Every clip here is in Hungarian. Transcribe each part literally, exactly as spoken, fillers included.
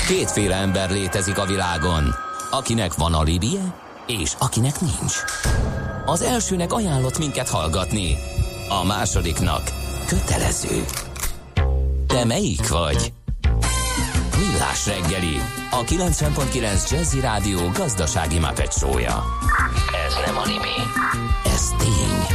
Kétféle ember létezik a világon, akinek van alibije, és akinek nincs. Az elsőnek ajánlott minket hallgatni, a másodiknak kötelező. Te melyik vagy? Millás reggeli, a kilencven pont kilenc Jazzy Rádió gazdasági Muppet show-ja. Ez nem anime, ez tény.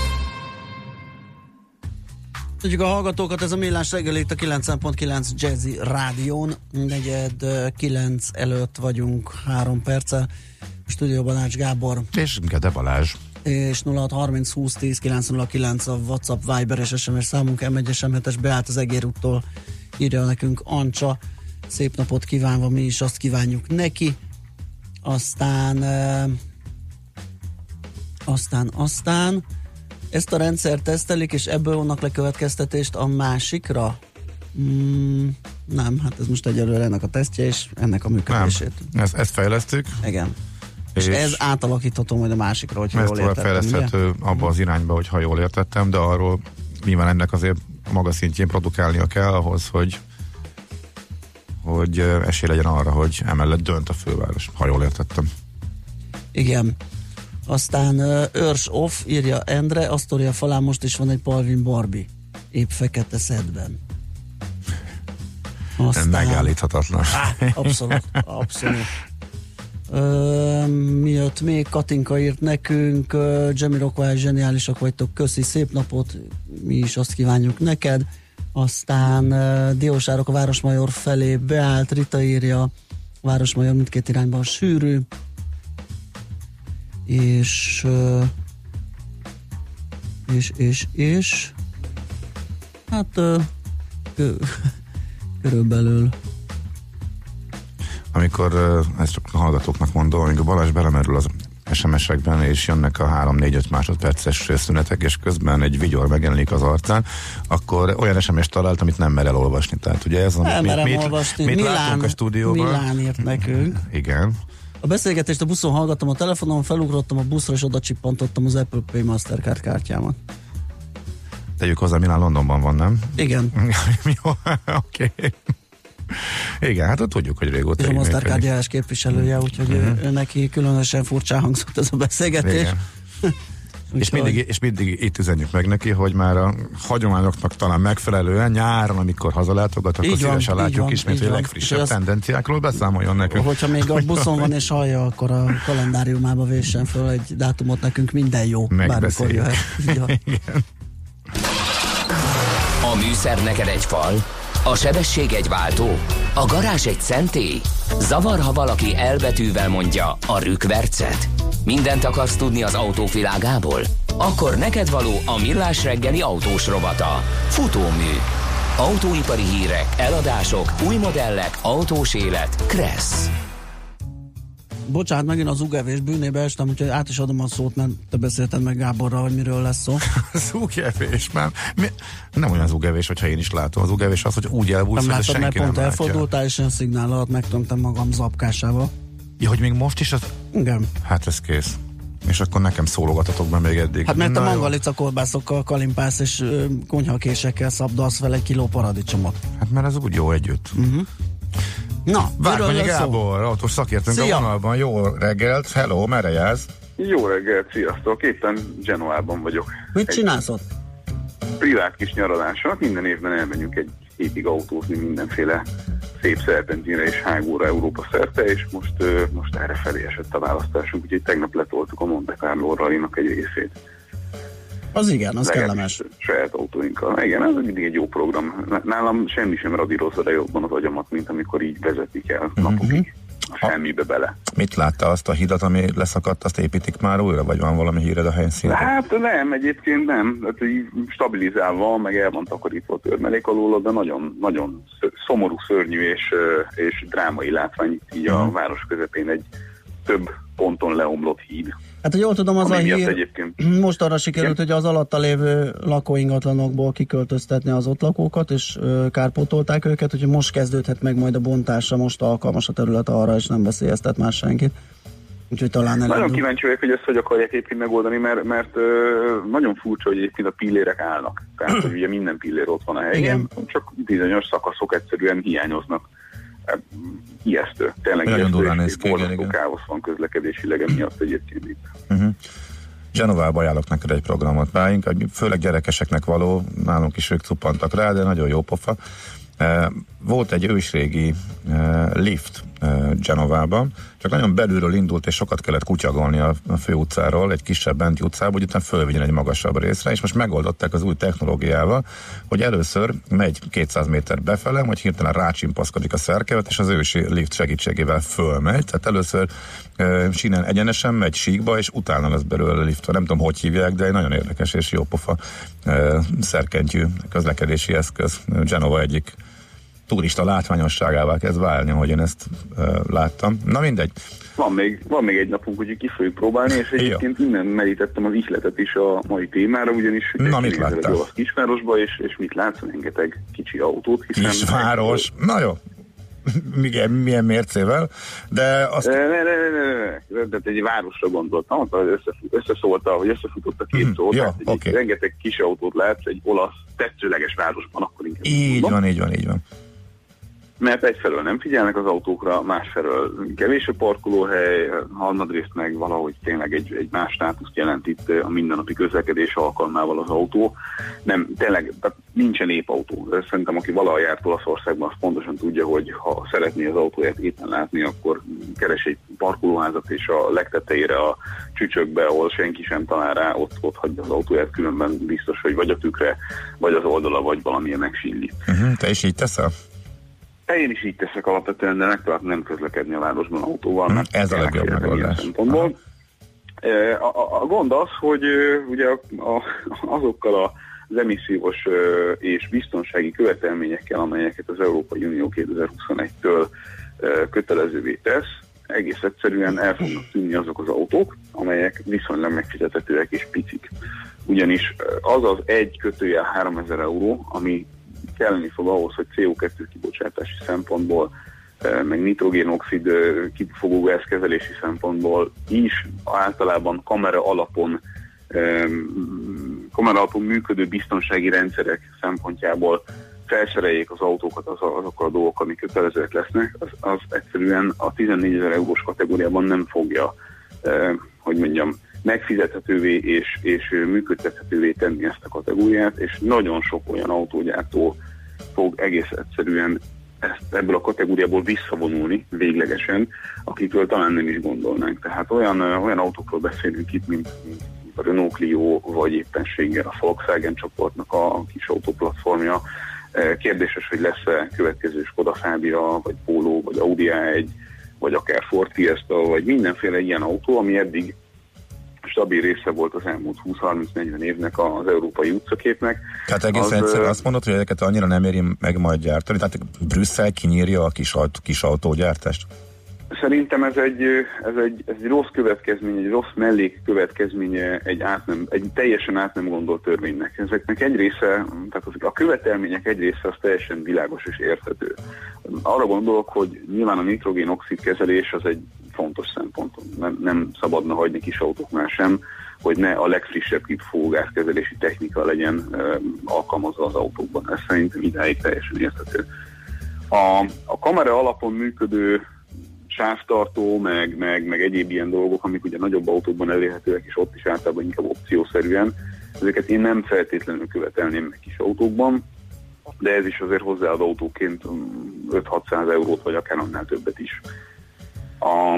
Tudjuk a hallgatókat, ez a Millás reggeli itt a kilencven pont kilenc Jazzy Rádión. Negyed kilenc előtt vagyunk három perce. A stúdióban Ács Gábor. És Gede Balázs. És nulla hat harminc húsz tíz kilenc nulla kilenc a WhatsApp, Viber és es em es számunk. em egy es em hetes beállt az Egér úttól, írja nekünk Ancsa. Szép napot kívánva, mi is azt kívánjuk neki. Aztán e, aztán, aztán ezt a rendszert tesztelik, és ebből vannak le következtetést a másikra? Mm, nem, hát ez most egyelőre ennek a tesztje, és ennek a működését. Nem, ezt, ezt fejlesztük. Igen. És, és ez átalakítható majd a másikra, hogyha jól értettem. Ez fejleszthető abba az irányba, hogyha jól értettem, de arról nyilván ennek azért maga szintjén produkálnia kell ahhoz, hogy hogy esély legyen arra, hogy emellett dönt a főváros, ha jól értettem. Igen. Aztán uh, Örs Off, írja Endre, Asztória falán most is van egy Palvin Barbie, épp fekete szedben. Aztán... megállíthatatlan. Á, abszolút, abszolút. Uh, mi jött még? Katinka írt nekünk, uh, Jamiroquai, zseniálisak vagytok, köszi, szép napot, mi is azt kívánjuk neked. Aztán uh, Diósárok a Városmajor felé beállt, Rita írja, a Városmajor mindkét irányban sűrű, és uh, és, és, és hát uh, kö, körülbelül amikor uh, ezt csak a hallgatóknak mondom, amikor Balázs belemerül az es em es-ekben, és jönnek a három-négy-öt másodperces szünetek, és közben egy vigyor megjelenik az arcán, akkor olyan es em es-t talált, amit nem mer elolvasni. Tehát ugye ez, amit nem mit, olvasni. mit Milán, látunk a stúdióban. Milán írt nekünk. Igen. A beszélgetést a buszon hallgattam a telefonon, felugrottam a buszra, és oda csippantottam az Apple Pay Mastercard kártyámat. Tegyük hozzá, Milán Londonban van, nem? Igen. Jó, oké. Okay. Igen, hát ott tudjuk, hogy régóta. És a Mastercard jeles képviselője, úgyhogy uh-huh. ő, ő neki különösen furcsán hangzott ez a beszélgetés. és, mindig, és mindig itt üzenjük meg neki, hogy már a hagyományoknak talán megfelelően nyáron, amikor hazalátogat, akkor szívesen látjuk ismét, hogy a legfrissebb tendenciákról beszámoljon nekünk. Hogyha még a buszon van és hallja, akkor a kalendáriumába véssen föl egy dátumot, nekünk minden jó. Bármikor jöhet. Igen. A műszer neked egy fal, a sebesség egy váltó, a garázs egy szentély. Zavar, ha valaki elbetűvel mondja a rükvercet. Mindent akarsz tudni az autóvilágából? Akkor neked való a Millás reggeli autós rovata. Futómű. Autóipari hírek, eladások, új modellek, autós élet. Kressz. Bocsánat, megint az ugevés bűnébe estem, úgyhogy át is adom a szót, mert te beszélted meg Gáborral, hogy miről lesz szó. Az ugevés, már mi? Nem olyan az ugevés, hogyha én is látom. Az ugevés az, hogy úgy elbújsz, hogy senki nem látja. Pont elfordultál, és ilyen szignál alatt megtömtem magam zapkásával. Ja, hogy még most is az... Igen. Hát ez kész. És akkor nekem szólogathatok be még eddig. Hát mert a mangalica kolbászokkal kalimpálsz, és ö, konyhakésekkel szabdalsz fel egy kiló paradicsomot. Hát mert ez úgy jó együtt. Uh-huh. Na, Várkonyi Gábor, autós szakértőnk a vonalban. Jó reggelt, hello, merre jársz? Jó reggelt, sziasztok, éppen Genoában vagyok. Mit csinálsz ott? Privát kis nyaralásra, minden évben elmenjünk egy hétig autózni mindenféle szép szerpentinre és hágóra Európa szerte, és most, most erre felé esett a választásunk, úgyhogy tegnap letoltuk a Monte Carlo rallynak egy részét. Az igen, az Legalább kellemes. Saját autóinkkal. Igen, ez mindig egy jó program. Nálam semmi sem radírozza jobban az agyamat, mint amikor így vezetik el uh-huh. napokig. Semmibe bele. Mit látta, azt a hidat, ami leszakadt, azt építik már újra, vagy van valami híred a helyszínen? Hát nem, egyébként nem. Hát így stabilizálva, meg el van takarítva a törmelék alól, de nagyon, nagyon szomorú, szörnyű és, és drámai látvány így uh-huh. a város közepén egy több ponton leomlott híd. Hát, hogy jól tudom, az a hír egyébként... most arra sikerült, igen, hogy az alatta lévő lakóingatlanokból kiköltöztetni az ott lakókat, és ö, kárpótolták őket, hogy most kezdődhet meg majd a bontásra, most alkalmas a terület arra, és nem veszélyeztet más senkit. Úgyhogy talán elindul. Nagyon kíváncsi vagyok, hogy ezt hogy akarják éppen megoldani, mert, mert ö, nagyon furcsa, hogy egyébként a pillérek állnak. Tehát, hogy ugye minden pillér ott van a helyen, csak bizonyos szakaszok egyszerűen hiányoznak. ijesztő. Tényleg nagyon ijesztő, durván és néz ki, borzasztó káosz van közlekedésileg emiatt egyébként itt. Uh-huh. Genovába ajánlok neked egy programot, báink, főleg gyerekeseknek való, nálunk is ők cuppantak rá, de nagyon jó pofa. Volt egy ősrégi lift Genovában, csak nagyon belülről indult, és sokat kellett kutyagolni a, a főutcáról, egy kisebb benti utcába, hogy utána fölvigyen egy magasabb részre, és most megoldották az új technológiával, hogy először megy kétszáz méter befele, majd hirtelen rácsimpaszkodik a szerkevet, és az ősi lift segítségével fölmegy, tehát először e, sínen egyenesen megy síkba, és utána lesz belőle lift. Nem tudom, hogy hívják, de egy nagyon érdekes és jópofa e, szerkentyű közlekedési eszköz. Genova egyik turista látványosságává kezd válni, ahogy én ezt uh, láttam. Na mindegy. Van még, van még egy napunk, hogy ki fogjuk próbálni, és egyébként ja. innen merítettem az ihletet is a mai témára, ugyanis na, mit láttál? A kisvárosba, és, és mit látsz? Rengeteg kicsi autót. Hiszen kisváros? Na jó. milyen, milyen mércével, de azt... Ne, ne, ne, ne, ne. De egy városra gondoltam, összeszólta, vagy összefutott a két szót, ja, egy okay. rengeteg kis autót látsz egy olasz tetszőleges városban, akkor inkább. Így mondom. van, így van, így van. Mert egyfelől nem figyelnek az autókra, másfelől kevés a parkolóhely, harmadrészt meg valahogy tényleg egy, egy más státuszt jelent itt a mindennapi közlekedés alkalmával az autó. Nem, tényleg nincsen épp autó. Szerintem aki valaha járt Olaszországban, az pontosan tudja, hogy ha szeretné az autóját éppen látni, akkor keres egy parkolóházat, és a legtetejére a csücsökbe, ahol senki sem talál rá, ott, ott hagyja az autóját, különben biztos, hogy vagy a tükre, vagy az oldala, vagy valamilyen megsínli. Uh-huh, te is így teszel? Én is így teszek alapvetően, de megpróbálok nem közlekedni a városban autóval. Hmm, ez a legjobb megoldás. A, a, a gond az, hogy ugye a, a, azokkal az emissziós és biztonsági követelményekkel, amelyeket az Európai Unió kétezer-huszonegytől kötelezővé tesz, egész egyszerűen el fognak tűnni azok az autók, amelyek viszonylag megfizethetőek és picik. Ugyanis az az egy kötőjel háromezer euró, ami kelleni fog ahhoz, hogy cé o kettő kibocsátási szempontból, meg nitrogénoxid kifogógázkezelési szempontból is általában kamera alapon, kamera alapon működő biztonsági rendszerek szempontjából felszereljék az autókat az, azokkal a dolgok, amik kötelezőek lesznek, az, az egyszerűen a tizennégyezer eurós kategóriában nem fogja, hogy mondjam, megfizethetővé és, és működtethetővé tenni ezt a kategóriát, és nagyon sok olyan autógyártó fog egész egyszerűen ezt ebből a kategóriából visszavonulni véglegesen, akikről talán nem is gondolnánk. Tehát olyan, olyan autókról beszélünk itt, mint, mint a Renault Clio, vagy éppenséggel a Volkswagen csoportnak a kis autóplatformja. Kérdéses, hogy lesz-e következő Skoda Fabia, vagy Polo, vagy Audi á egy, vagy akár Ford Fiesta, vagy mindenféle ilyen autó, ami eddig stabil része volt az elmúlt húsz-harminc-negyven évnek az európai utcaképnek. Tehát egész az, egyszerűen azt mondod, hogy ezeket annyira nem éri meg majd gyártani? Tehát Brüsszel kinyírja a kis, aut- kis autógyártást? Szerintem ez egy, ez, egy, ez egy rossz következmény, egy rossz mellék következménye egy, át nem, egy teljesen át nem gondolt törvénynek. Ezeknek egy része, tehát a követelmények egy része az teljesen világos és érthető. Arra gondolok, hogy nyilván a nitrogén-oxid kezelés az egy fontos szempont. Nem, nem szabadna hagyni kis autóknál sem, hogy ne a legfrissebb kifogógázkezelési technika legyen ö, alkalmazva az autókban. Ez szerintem idáig teljesen érthető. A, a kamera alapon működő sávtartó, meg, meg, meg egyéb ilyen dolgok, amik ugye nagyobb autókban elérhetőek, és ott is általában inkább opciószerűen. Ezeket én nem feltétlenül követelném meg kis autókban, de ez is azért hozzáad autóként öt-hatszáz eurót, vagy akár annál többet is. A,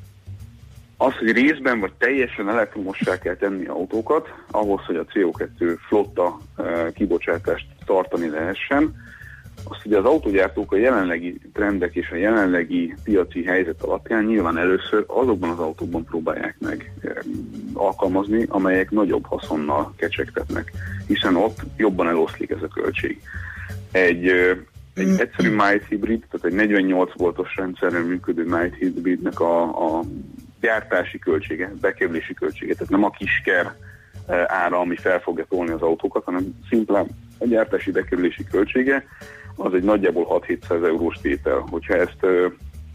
az, hogy részben vagy teljesen elektromossá kell tenni autókat, ahhoz, hogy a cé o kettő flotta e, kibocsátást tartani lehessen, azt ugye az autógyártók a jelenlegi trendek és a jelenlegi piaci helyzet alapján nyilván először azokban az autókban próbálják meg e, alkalmazni, amelyek nagyobb haszonnal kecsegtetnek, hiszen ott jobban eloszlik ez a költség. Egy, e, egy egyszerű mild hibrid, tehát egy negyvennyolc voltos rendszerrel működő mild hibridnek a, a gyártási költsége, bekerülési költsége, tehát nem a kisker e, ára, ami fel fogja tolni az autókat, hanem szimplán a gyártási bekerülési költsége, az egy nagyjából hat-hétszáz eurós tétel. Hogyha ezt ö,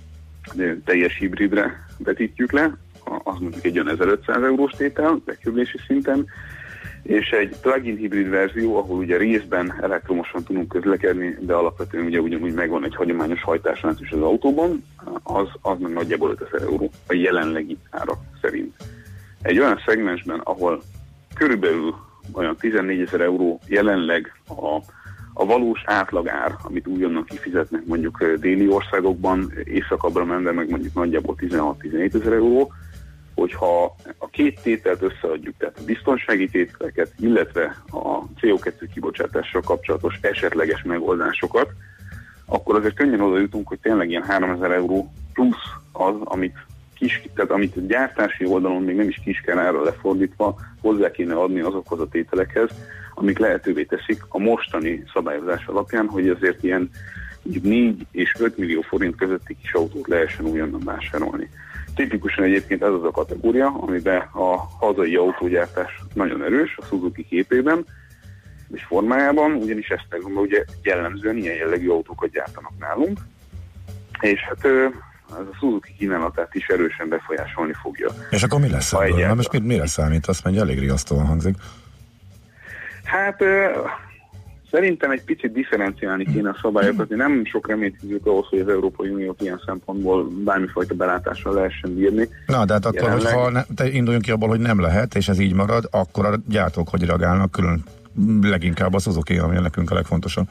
teljes hibridre vetítjük le, az mondjuk egy olyan ezerötszáz eurós tétel bekerülési szinten, és egy plug-in hibrid verzió, ahol ugye részben elektromosan tudunk közlekedni, de alapvetően ugye ugyanúgy megvan egy hagyományos hajtáslánc is az autóban, az, az meg nagyjából ötezer euró a jelenlegi ára szerint. Egy olyan szegmensben, ahol körülbelül olyan tizennégyezer euró jelenleg a, a valós átlagár, amit újonnan kifizetnek mondjuk déli országokban, északabbra menve meg mondjuk nagyjából tizenhat-tizenhét ezer euró, hogyha a két tételt összeadjuk, tehát a biztonsági tételeket, illetve a cé o kettő kibocsátással kapcsolatos esetleges megoldásokat, akkor azért könnyen oda jutunk, hogy tényleg ilyen háromezer euró plusz az, amit, kis, tehát amit a gyártási oldalon még nem is kiskárára lefordítva hozzá kéne adni azokhoz a tételekhez, amik lehetővé teszik a mostani szabályozás alapján, hogy azért ilyen négy és öt millió forint közötti kis autót lehessen újonnan vásárolni. Tipikusan egyébként ez az a kategória, amiben a hazai autógyártás nagyon erős, a Suzuki képében és formájában, ugyanis ezt megmondom, ugye jellemzően ilyen jellegű autókat gyártanak nálunk, és hát ez a Suzuki kínálatát is erősen befolyásolni fogja. És akkor mi lesz ebből? Na most mit, mire számít? Azt mondja, elég riasztóan hangzik. Hát szerintem egy picit differenciálni kéne a szabályokat. Nem sok reményt fűzök ahhoz, hogy az Európai Uniót ilyen szempontból bármifajta belátással lehessen bírni. Na, de hát akkor, jelenleg... hogyha ne, te induljunk ki abból, hogy nem lehet, és ez így marad, akkor a gyártók hogy reagálnak, külön leginkább a Suzuki, ami nekünk a legfontosabb.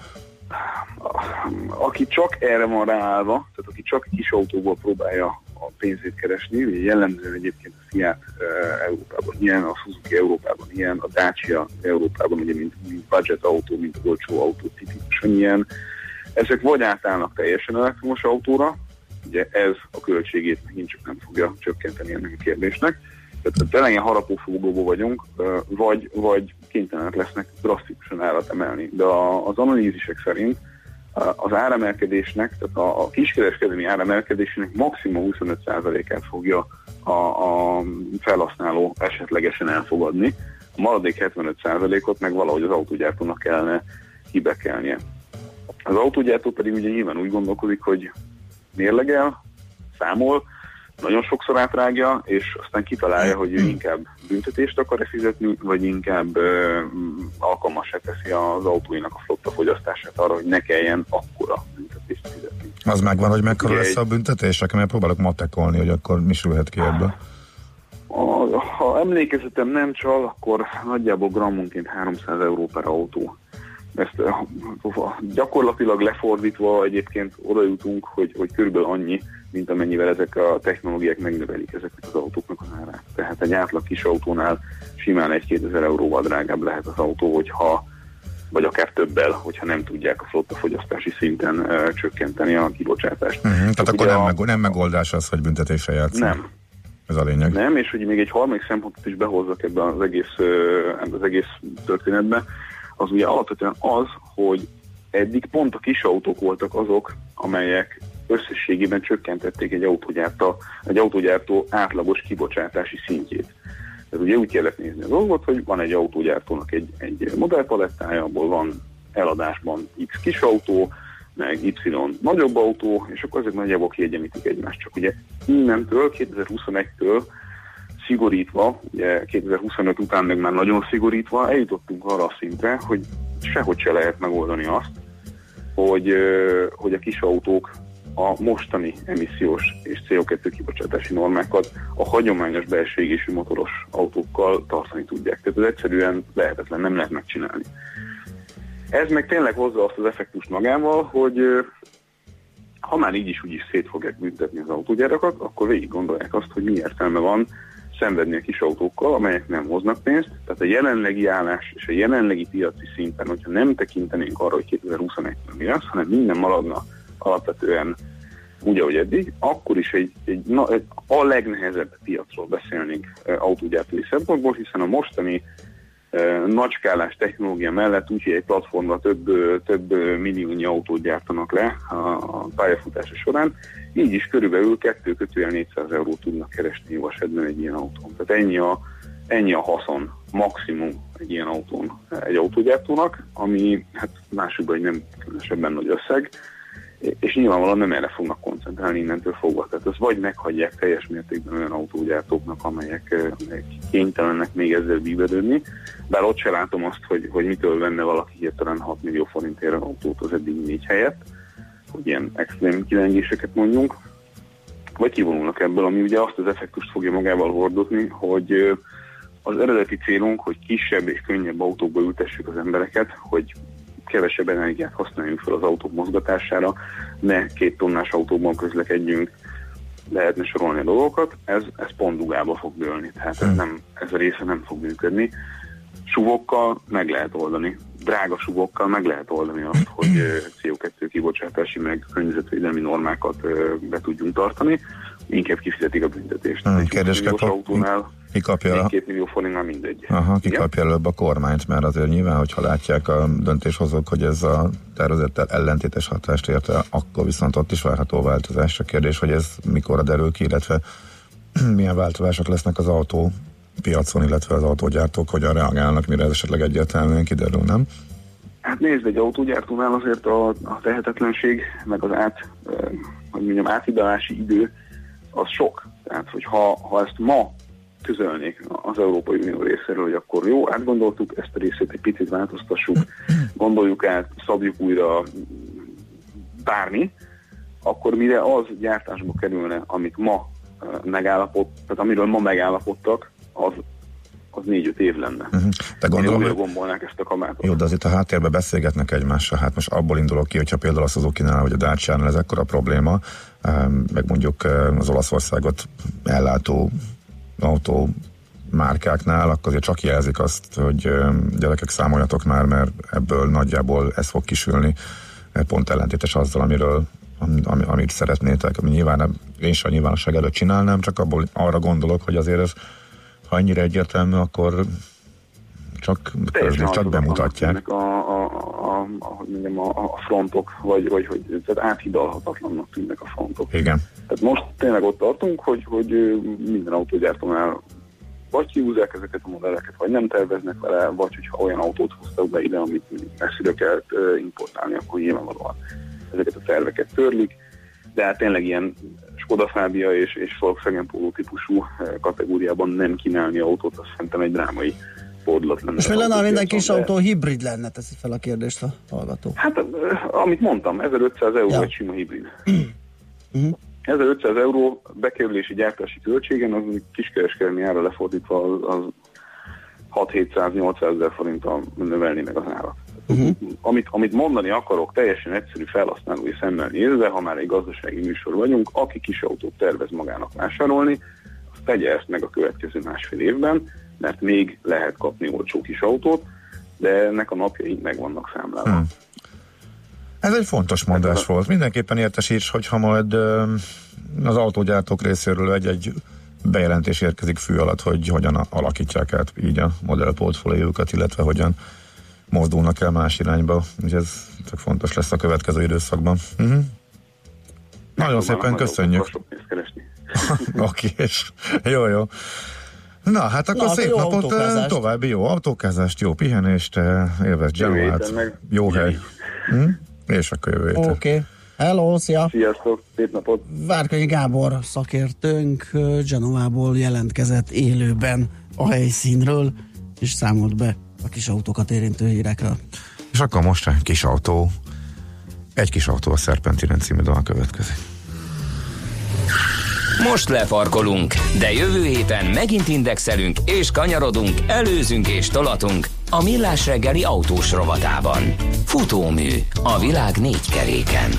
Aki csak erre van ráállva, tehát aki csak kis autóból próbálja a pénzét keresni, ugye jellemzően egyébként a Fiat uh, Európában ilyen, a Suzuki Európában ilyen, a Dacia Európában ugye mint, mint budget autó, mint olcsó autó tipikusan ilyen. Ezek vagy átállnak teljesen elektromos autóra, ugye ez a költségét megint csak nem fogja csökkenteni ennek a kérdésnek, tehát tényleg ilyen harapófogóban vagyunk, uh, vagy, vagy kénytelenek lesznek drasztikusan árat emelni. De a, az analízisek szerint az áremelkedésnek, tehát a, a kiskereskedelmi áremelkedésének maximum huszonöt százalékát fogja a, a felhasználó esetlegesen elfogadni. A maradék hetvenöt százalékot meg valahogy az autógyártónak kellene kibekelnie. Az autógyártó pedig ugye nyilván úgy gondolkodik, hogy mérlegel, számol, nagyon sokszor átrágja, és aztán kitalálja, hogy ő inkább büntetést akar-e fizetni, vagy inkább ö, alkalmassá teszi az autóinak a flotta fogyasztását arra, hogy ne kelljen akkora büntetést fizetni. Az megvan, hogy mekkora lesz a büntetés, mert próbálok matekolni, hogy akkor mi sülhet ki ebből. A, ha emlékezetem nem csal, akkor nagyjából grammonként háromszáz euró per autó. Ezt gyakorlatilag lefordítva egyébként oda jutunk, hogy, hogy körülbelül annyi, mint amennyivel ezek a technológiák megnövelik ezeket az autóknak az árát. Tehát egy átlag kis autónál simán egy-kétezer euróval drágább lehet az autó, hogyha, vagy akár többel, hogyha nem tudják a flotta fogyasztási szinten uh, csökkenteni a kibocsátást. Uh-huh, tehát akkor nem, a, meg, nem megoldás az, hogy büntetésre játszunk. Nem. Ez a lényeg. Nem, és hogy még egy harmadik szempontot is behozzak ebben az egész, uh, az egész történetbe, az ugye alapvetően az, hogy eddig pont a kis autók voltak azok, amelyek összességében csökkentették egy autógyártó, egy autógyártó átlagos kibocsátási szintjét. Tehát ugye úgy kellett nézni a dolgot, hogy van egy autógyártónak egy, egy modellpalettája, abból van eladásban X kis autó, meg Y nagyobb autó, és akkor ezek nagyjából kiegyenlítik egymást. Csak ugye innentől, kétezer-huszonegytől szigorítva, ugye kétezer-huszonöt után meg már nagyon szigorítva eljutottunk arra a szintre, hogy sehogy se lehet megoldani azt, hogy, hogy a kis autók a mostani emissziós és cé o kettő kibocsátási normákat a hagyományos belső égésű motoros autókkal tartani tudják. Tehát ez egyszerűen lehetetlen, nem lehet megcsinálni. Ez meg tényleg hozza azt az effektust magával, hogy ha már így is úgy is szét fogják büntetni az autógyárakat, akkor végig gondolják azt, hogy mi értelme van szenvedni a kis autókkal, amelyek nem hoznak pénzt. Tehát a jelenlegi állás és a jelenlegi piaci szinten, hogyha nem tekintenénk arra, hogy kétezer-huszonegytől mi lesz, hanem minden maradna alapvetően úgy, ahogy eddig, akkor is egy, egy, na, egy a legnehezebb piacról beszélnénk e, autógyártói szempontból, hiszen a mostani e, nagyskálás technológia mellett úgy, hogy egy platformra több, több milliónyi autót gyártanak le a, a pályafutása során, így is körülbelül kettő kötőjel négyszáz eurót tudnak keresni jó esetben egy ilyen autón. Tehát ennyi a, ennyi a haszon, maximum egy ilyen autón egy autógyártónak, ami hát másokban nem különösebben nagy összeg, és nyilvánvalóan nem erre fognak koncentrálni innentől fogva. Tehát ezt vagy meghagyják teljes mértékben olyan autógyártóknak, amelyek, amelyek kénytelenek még ezzel bívedődni, bár ott se látom azt, hogy, hogy mitől venne valaki hirtelen hat millió forintért autót az eddig négy helyett, hogy ilyen extrém kilengéseket mondjunk, vagy kivonulnak ebből, ami ugye azt az effektust fogja magával hordozni, hogy az eredeti célunk, hogy kisebb és könnyebb autókba ültessük az embereket, hogy kevesebb energiát használjunk fel az autók mozgatására, ne két tonnás autóban közlekedjünk, lehetne sorolni a dolgokat, ez, ez pont dugába fog dőlni, tehát ez, nem, ez a része nem fog működni. Suvokkal meg lehet oldani, drága suvokkal meg lehet oldani azt, hogy cé o kettő kibocsátási meg környezetvédelmi normákat be tudjunk tartani, inkább kifizetik a büntetést. Hmm, kérdés, autónál ki kapja két millió forintnál mindegy. Aha, ki kapja előbb a kormányt, mert azért nyilván, hogyha látják a döntéshozók, hogy ez a tervezettel ellentétes hatást érte, akkor viszont ott is várható változás. A kérdés, hogy ez mikor derül ki, illetve milyen változások lesznek az autópiacon, illetve az autógyártók hogyan reagálnak, mire ez esetleg egyértelműen kiderül, nem? Hát nézd, egy autógyártónál azért a, a tehetetlenség, meg az át, eh, hogy mondjam, áthidalási idő az sok. Tehát, hogy ha, ha ezt ma közölnék az Európai Unió részéről, hogy akkor jó, átgondoltuk, ezt a részét egy picit változtassuk, gondoljuk át, szabjuk újra bármi, akkor mire az gyártásba kerülne, amit ma megállapot, tehát amiről ma megállapodtak, az, az négy-öt év lenne. Uh-huh. De gondolom, hogy gombolnák ezt a kamátot. Jó, de azért a háttérben beszélgetnek egymással. Hát most abból indulok ki, hogyha például a Suzuki-nál vagy a Dacia-nál ez ekkora probléma, meg mondjuk az Olaszországot ellátó autó márkáknál, akkor azért csak jelzik azt, hogy gyerekek, számoljatok már, mert ebből nagyjából ez fog kisülni, pont ellentétes azzal, amiről am, amit szeretnétek, ami nyilván én sem nyilvánosság előtt csinálnám, csak abból arra gondolok, hogy azért ez, ha ennyire egyértelmű, akkor csak, közlés, csak bemutatják. A, a, a, a, mondjam, a, a frontok, vagy, vagy hogy tehát áthidalhatatlannak tűnnek a frontok. Igen. Tehát most tényleg ott tartunk, hogy, hogy minden autógyártónál vagy kihúzzák ezeket a modelleket, vagy nem terveznek vele, vagy hogyha olyan autót hoztak be ide, amit messzire kell importálni, akkor nyilvánvalóan ezeket a terveket törlik, de hát tényleg ilyen Skoda Fabia és, és Volkswagen Polo típusú kategóriában nem kínálni autót, azt szerintem egy drámai fordulat lenne. És mi lenne, ha minden kis autó hibrid lenne, teszi fel a kérdést a hallgató? Hát, amit mondtam, ezerötszáz euró ja. Egy sima hibrid. Uh-huh. ezerötszáz euró bekerülési gyártási költségen, az kiskereskedelmi ára lefordítva az, az hat-hétszáz-nyolcszáz ezer forinttal növelni meg az árat. Uh-huh. Amit, amit mondani akarok, teljesen egyszerű felhasználói szemmel nézve, ha már egy gazdasági műsor vagyunk, aki kis autót tervez magának vásárolni, az tegye ezt meg a következő másfél évben, mert még lehet kapni olcsó kis autót, de ennek a napjai meg vannak számlálva. Hmm. Ez egy fontos mondás volt. Mindenképpen értesíts, hogyha majd az autógyártók részéről egy-egy bejelentés érkezik fű alatt, hogy hogyan alakítják át így a modellportfóliójukat, illetve hogyan mozdulnak el más irányba. Úgyhogy ez csak fontos lesz a következő időszakban. Uh-huh. Nagyon szépen köszönjük. Oké, és jó, jó. Na, hát akkor Na, szép napot, autókázást. További jó autókázást, jó pihenést, élvezd Genoát, jó hely. Hm? És akkor jövő héten. Oké. Okay. Hello, szia! Sziasztok, szép napot! Várkonyi Gábor szakértőnk Genovából jelentkezett élőben a helyszínről, és számolt be a kis autókat érintő hírekről. És akkor most egy kis autó, egy kis autó a Szerpentinen című dal következik. Most lefarkolunk, de jövő héten megint indexelünk és kanyarodunk, előzünk és tolatunk a Millás reggeli autós rovatában. Futómű a világ négy keréken.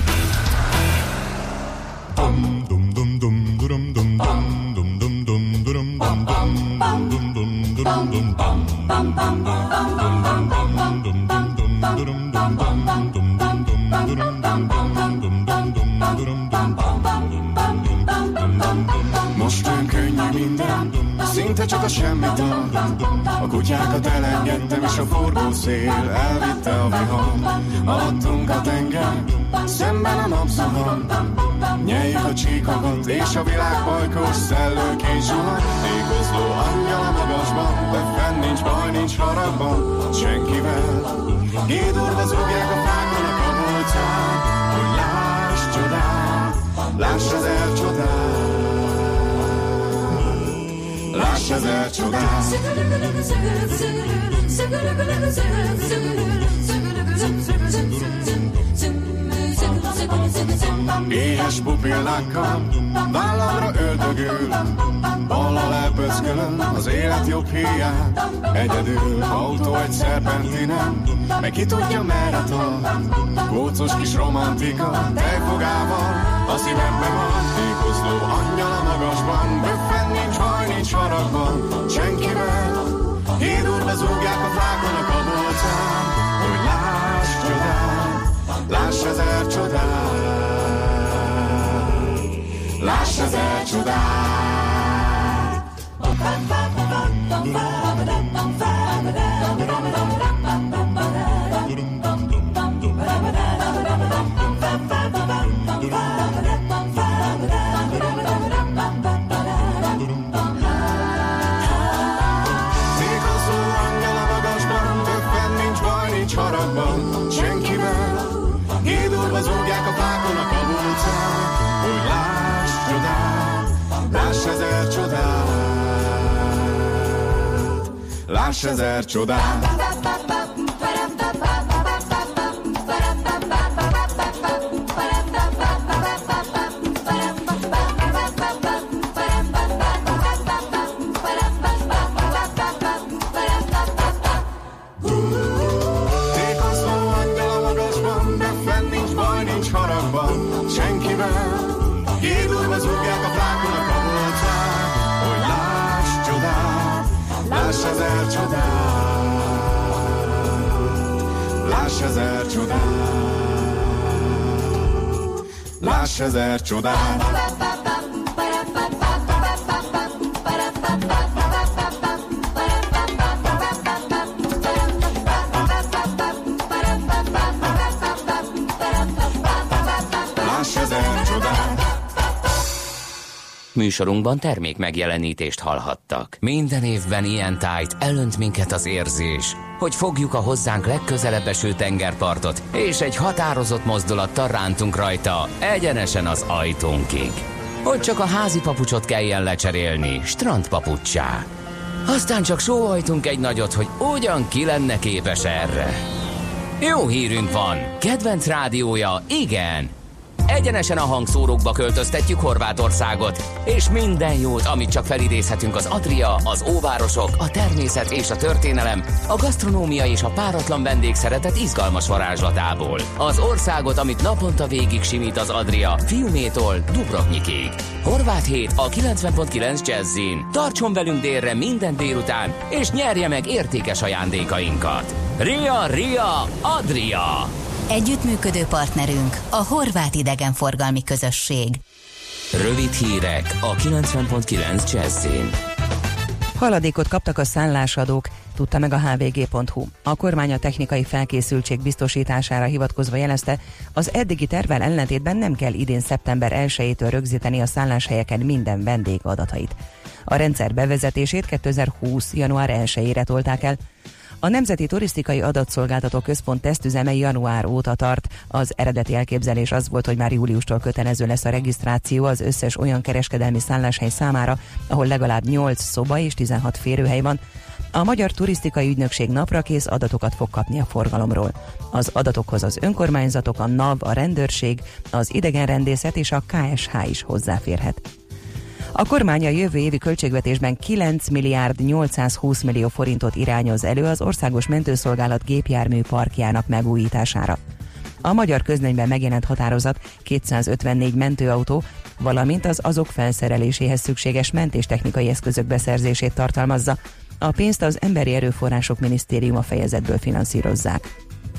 Most olyan könnyű minden, szinte csak a semmit ad. A kutyákat elengedtem, és a forgó szél elvitte a vihar. Alattunk a tenger, szemben a napszahar. Nyeljük a csíkokat, és a világ bajkos szellők és zsuhar. Ékozló angyal a magasban, de fenn nincs baj, nincs haragban senkivel. Gédorva zúgják a fákon a kabolcán, hogy láss, láss ezer csodát, láss ezer csodát. Éhes pupillákkal vállamra öldögül, ballal lepöckölöm az élet jobb híján. Egyedül autó egy szerpentinen, meg ki tudja merre tart. Kócos kis romantika tejfogával, a szívemben van tékozló angyal a magasban. Büffen nincs baj, nincs haragban senkivel, hídurva zúgják a fákon a kabolcán. Hogy láss csodát, láss ezer csodát, láss ezer csodát. Tékozló angyal a magasban, többen nincs baj, nincs haragban senkivel, hídurva zúgják a fákon a kabolcán. Hogy láss csodát, láss ezer csodát, láss ezer csodát. Tékozló angyal a magasban, befenn nincs baj, nincs haragban senkivel, hídurva zúgják a fákon a kabolcán. Hogy láss csodát, láss ezer csodát, láss ezer csodát, láss ezer csodát. Műsorunkban termék megjelenítést hallhattak. Minden évben ilyen tájt elönt minket az érzés, hogy fogjuk a hozzánk legközelebb eső tengerpartot, és egy határozott mozdulattal rántunk rajta egyenesen az ajtónkig. Hogy csak a házi papucsot kelljen lecserélni strandpapuccsá. Aztán csak sóhajtunk egy nagyot, hogy ugyan ki lenne képes erre. Jó hírünk van, kedvenc rádiója, igen! Egyenesen a hangszórókba költöztetjük Horvátországot, és minden jót, amit csak felidézhetünk az Adria, az óvárosok, a természet és a történelem, a gasztronómia és a páratlan vendégszeretet izgalmas varázslatából. Az országot, amit naponta végig simít az Adria, Fiumétól Dubrovnikig. Horvát hét a kilencven pont kilenc Jazzin. Tartson velünk délre minden délután, és nyerje meg értékes ajándékainkat. Ria, Ria, Adria! Együttműködő partnerünk a Horvát Idegenforgalmi Közösség. Rövid hírek a kilencven pont kilenc Jazzin. Haladékot kaptak a szállásadók, tudta meg a há vé gé pont hú. A kormány a technikai felkészültség biztosítására hivatkozva jelezte, az eddigi tervvel ellentétben nem kell idén szeptember elsejétől rögzíteni a szálláshelyeken minden vendég adatait. A rendszer bevezetését kétezer-húsz. január elsejére tolták el. A Nemzeti Turisztikai Adatszolgáltató Központ tesztüzeme január óta tart. Az eredeti elképzelés az volt, hogy már júliustól kötelező lesz a regisztráció az összes olyan kereskedelmi szálláshely számára, ahol legalább nyolc szoba és tizenhat férőhely van. A Magyar Turisztikai Ügynökség naprakész adatokat fog kapni a forgalomról. Az adatokhoz az önkormányzatok, a NAV, a rendőrség, az idegenrendészet és a ká es há is hozzáférhet. A kormány a jövő évi költségvetésben kilenc milliárd nyolcszázhúsz millió forintot irányoz elő az Országos Mentőszolgálat gépjármű parkjának megújítására. A Magyar Közlönyben megjelent határozat kétszázötvennégy mentőautó, valamint az azok felszereléséhez szükséges mentéstechnikai eszközök beszerzését tartalmazza. A pénzt az Emberi Erőforrások Minisztériuma fejezetből finanszírozzák.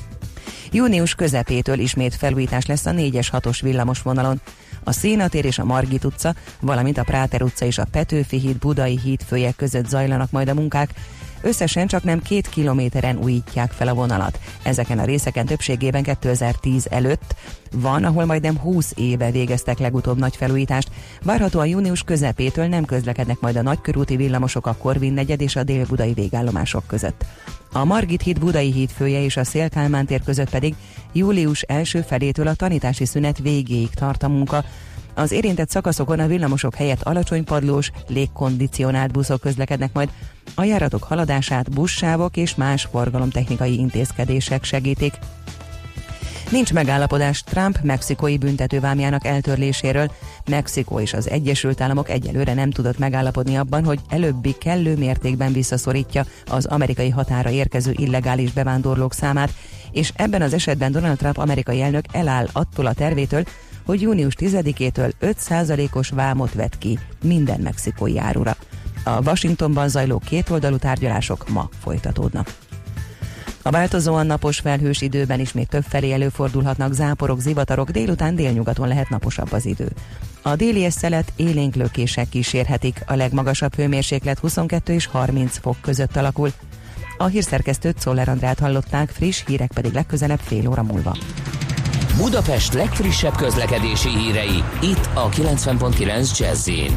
Június közepétől ismét felújítás lesz a négyes hatos villamos vonalon. A Szénatér és a Margit utca, valamint a Práter utca és a Petőfi híd Budai hídfőjek között zajlanak majd a munkák. Összesen csak nem két kilométeren újítják fel a vonalat. Ezeken a részeken többségében kétezer-tíz előtt van, ahol majdnem húsz éve végeztek legutóbb nagy felújítást. Várhatóan június közepétől nem közlekednek majd a nagykörúti villamosok a Korvin negyed és a dél-budai végállomások között. A Margit híd Budai hídfője és a Széll-Kálmán tér között pedig július első felétől a tanítási szünet végéig tart a munka. Az érintett szakaszokon a villamosok helyett alacsony padlós, légkondicionált buszok közlekednek majd. A járatok haladását buszsávok és más forgalomtechnikai intézkedések segítik. Nincs megállapodás Trump mexikói büntetővámjának eltörléséről. Mexikó és az Egyesült Államok egyelőre nem tudott megállapodni abban, hogy előbbi kellő mértékben visszaszorítja az amerikai határa érkező illegális bevándorlók számát, és ebben az esetben Donald Trump amerikai elnök eláll attól a tervétől, hogy június tizedikétől öt százalékos vámot vet ki minden mexikói árura. A Washingtonban zajló kétoldalú tárgyalások ma folytatódnak. A változóan napos felhős időben ismét többfelé előfordulhatnak záporok, zivatarok, délután délnyugaton lehet naposabb az idő. A déli és szelet élénk lökések kísérhetik, a legmagasabb hőmérséklet huszonkettő és harminc fok között alakul. A hírszerkesztőt, Czoller Andrát hallották, friss hírek pedig legközelebb fél óra múlva. Budapest legfrissebb közlekedési hírei, itt a kilencven pont kilenc Jazz-in.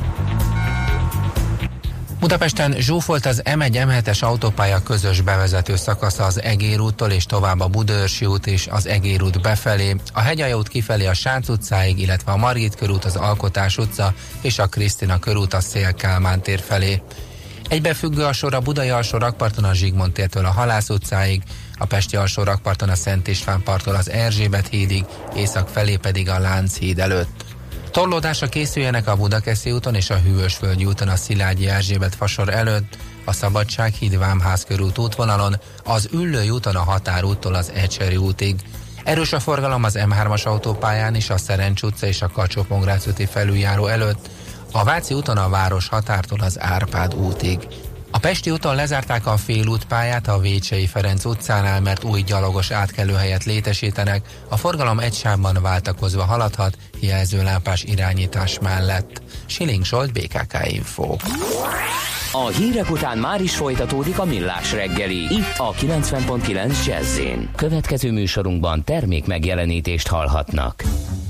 Budapesten zsúfolt az em egy em hetes autópálya közös bevezető szakasza az Egér úttól és tovább a Budaörsi út és az Egér út befelé, a Hegyalja út kifelé a Sánc utcáig, illetve a Margit körút, az Alkotás utca és a Krisztina körút a Széll-Kálmán tér felé. Egybefüggő a sor a Budai alsó rakparton a Zsigmond tértől a Halász utcáig, a Pesti alsó rakparton a Szent István parttól az Erzsébet hídig, észak felé pedig a Lánchíd előtt. Torlódásra készüljenek a Budakeszi úton és a Hűvösvölgyi úton a Szilágyi Erzsébet fasor előtt, a Szabadsághíd Vámház körút útvonalon, az Üllői úton a Határúttól az Ecseri útig. Erős a forgalom az em hármas autópályán is a Szerencs utca és a Kacsó-Pongrác úti felüljáró előtt, a Váci úton a Város határtól az Árpád útig. A Pesti úton lezárták a félútpályát a Vécsei Ferenc utcánál, mert új gyalogos átkelőhelyet létesítenek, a forgalom egy sávban váltakozva haladhat, jelzőlámpás irányítás mellett. Schilling Zsolt, bé ká ká Info. A hírek után már is folytatódik a Millás reggeli, itt a kilencven pont kilenc Jazz-in. Következő műsorunkban termék megjelenítést hallhatnak.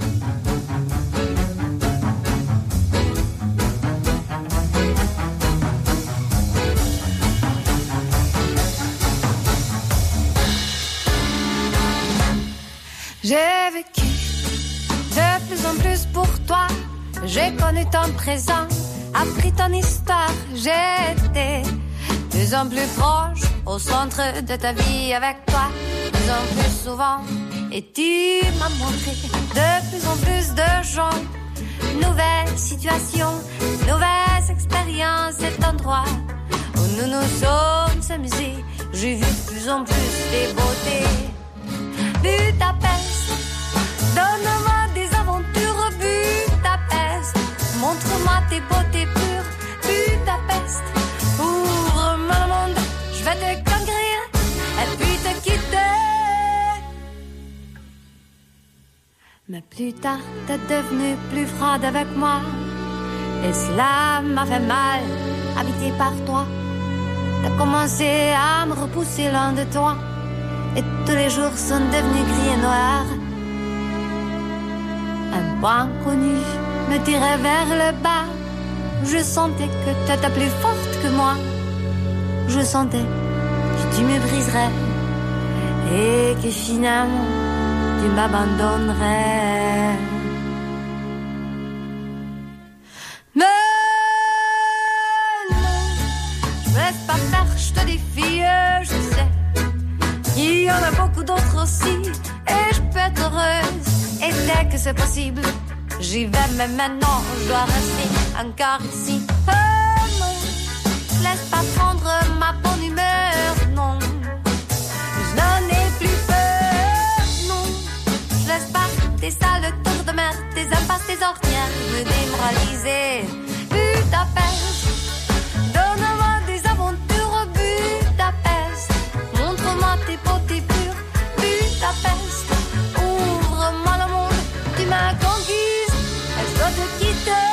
J'ai vécu de plus en plus pour toi. J'ai connu ton présent, appris ton histoire. J'ai été de plus en plus proche au centre de ta vie avec toi. De plus en plus souvent. Et tu m'as montré de plus en plus de gens. Nouvelles situations, nouvelles expériences. Cet endroit où nous nous sommes amusés. J'ai vu de plus en plus tes beautés. Budapest, donne-moi des aventures, Budapest. Montre-moi tes beautés pures, Budapest. Ouvre-moi le monde, je vais te conquérir et puis te quitter. Mais plus tard, t'es devenue plus froide avec moi. Et cela m'a fait mal, habité par toi. T'as commencé à me repousser loin de toi. Et tous les jours sont devenus gris et noirs. Un point connu me tirait vers le bas. Je sentais que t'étais plus forte que moi. Je sentais que tu me briserais et que finalement tu m'abandonnerais. Mais non, je me laisse pas faire, je te défie, je sais. Il y en a beaucoup d'autres aussi, et je peux être heureuse. Et dès que c'est possible, j'y vais, mais maintenant je dois rester encore ici. Oh non, je laisse pas prendre ma bonne humeur, non. Je n'en ai plus peur, non. Je laisse pas tes sales tours de mer, tes impasses, tes ornières me démoraliser. Budapest, donne-moi des aventures, Budapest. Montre-moi tes beautés pures, Budapest. Ouvre-moi le monde, tu m'as conquise, et je dois te quitter.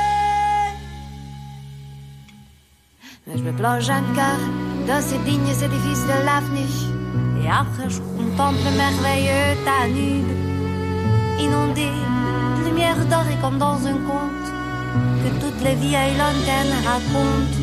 Mais je me plonge encore dans ces dignes édifices de l'avenir. Et après je contemple le merveilleux Danube, inondé de lumière dorée comme dans un conte que toutes les vieilles lanternes racontent.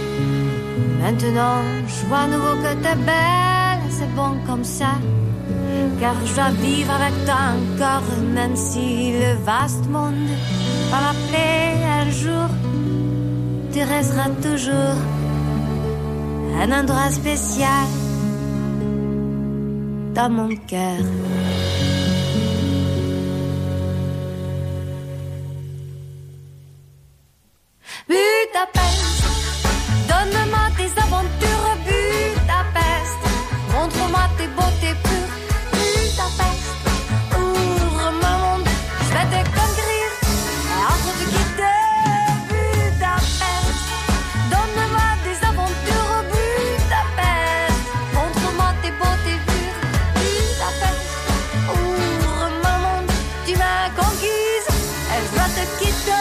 Maintenant, je vois à nouveau que t'es belle, c'est bon comme ça. car je dois vivre avec toi encore, même si le vaste monde va m'appeler un jour. Tu resteras toujours un endroit spécial dans mon cœur. Budapest, donne-moi tes aventures, Budapest, montre-moi tes beautés pures, Budapest, ouvre mon monde, je vais te conquérir, entre te quitter, Budapest, donne-moi des aventures, Budapest, montre-moi tes beautés pures, Budapest, ouvre mon monde, tu m'as conquise, et je dois te quitter.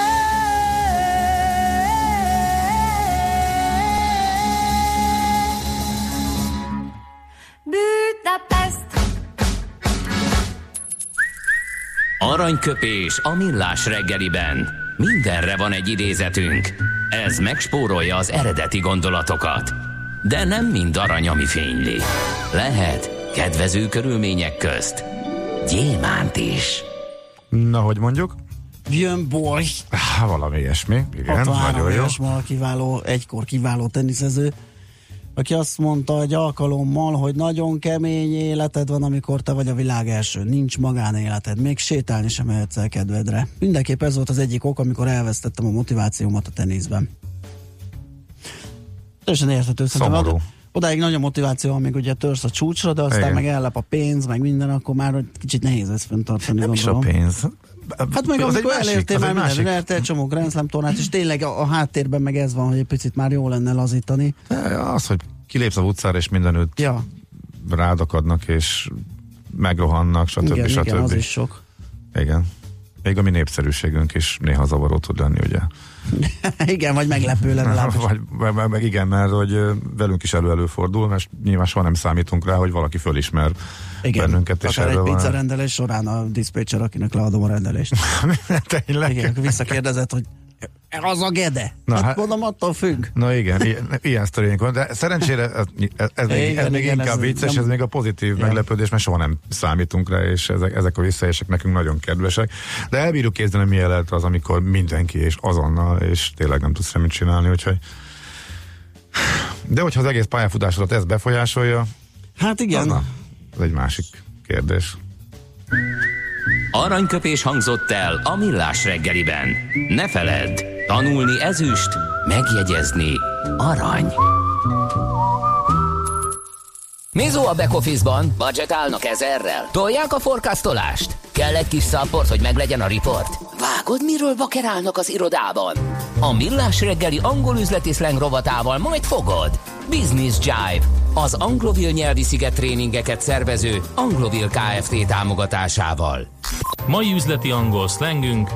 Aranyköpés a millás reggeliben. Mindenre van egy idézetünk. Ez megspórolja az eredeti gondolatokat. De nem mind arany, ami fényli. Lehet kedvező körülmények közt gyémánt is. Na, hogy mondjuk? Björn Borg. Há, valami ilyesmi. Igen, nagyon jó. Ma kiváló, egykor kiváló teniszező, aki azt mondta egy alkalommal, hogy nagyon kemény életed van, amikor te vagy a világ első. Nincs magánéleted, még sétálni sem mehetsz el kedvedre. Mindenképp ez volt az egyik ok, amikor elvesztettem a motivációmat a teniszben. Teljesen érthető. Szomorú. Odáig nagy a motiváció, amíg ugye törsz a csúcsra, de aztán igen, meg ellep a pénz, meg minden, akkor már kicsit nehéz ezt fenntartani. Nem is a pénz. Hát meg amikor elértél már minden, elértél egy csomó Grand Slam tornát, és tényleg a, a háttérben meg ez van, hogy egy picit már jó lenne lazítani. Az, hogy kilépsz a utcára, és mindenütt ja. rád akadnak, és megrohannak, stb. Igen, stb. Igen, az is sok. Igen. Még a mi népszerűségünk is néha zavaró tud lenni, ugye? Igen, vagy meglepő legalábbis. vagy, meg, meg igen, mert hogy velünk is elő-előfordul, mert nyilván soha nem számítunk rá, hogy valaki fölismer igen, bennünket. És akár egy pizza rendelés során a diszpécser, akinek leadom a rendelést. Tényleg? Igen, visszakérdezett, hogy az a Gede. Na, hát mondom, attól függ. Na igen, ilyen, ilyen sztorénk van, de szerencsére ez, ez, ez igen, még, ez még igen, inkább ez vicces, nem... ez még a pozitív ja. meglepődés, mert soha nem számítunk rá, és ezek, ezek a visszaések nekünk nagyon kedvesek. De elbírjuk kézdeni, milyen lehet az, amikor mindenki és azonnal, és tényleg nem tudsz semmit csinálni, úgyhogy... De hogyha az egész pályafutásodat ez befolyásolja... Hát igen. Na, ez egy másik kérdés. Aranyköpés hangzott el a millás reggeliben. Ne feledd, tanulni ezüst, megjegyezni arany. Mizo a back office-ban, budgetálnak ezerrel. Tolják a forecastolást? Kell egy kis support, hogy meglegyen a report? Vágod, miről vakerálnak az irodában? A millás reggeli angol üzleti szleng rovatával majd fogod. Business Jive, az anglovil nyelvi szigettréningeket szervező Anglovil Kft. Támogatásával. Mai üzleti angol szlengünk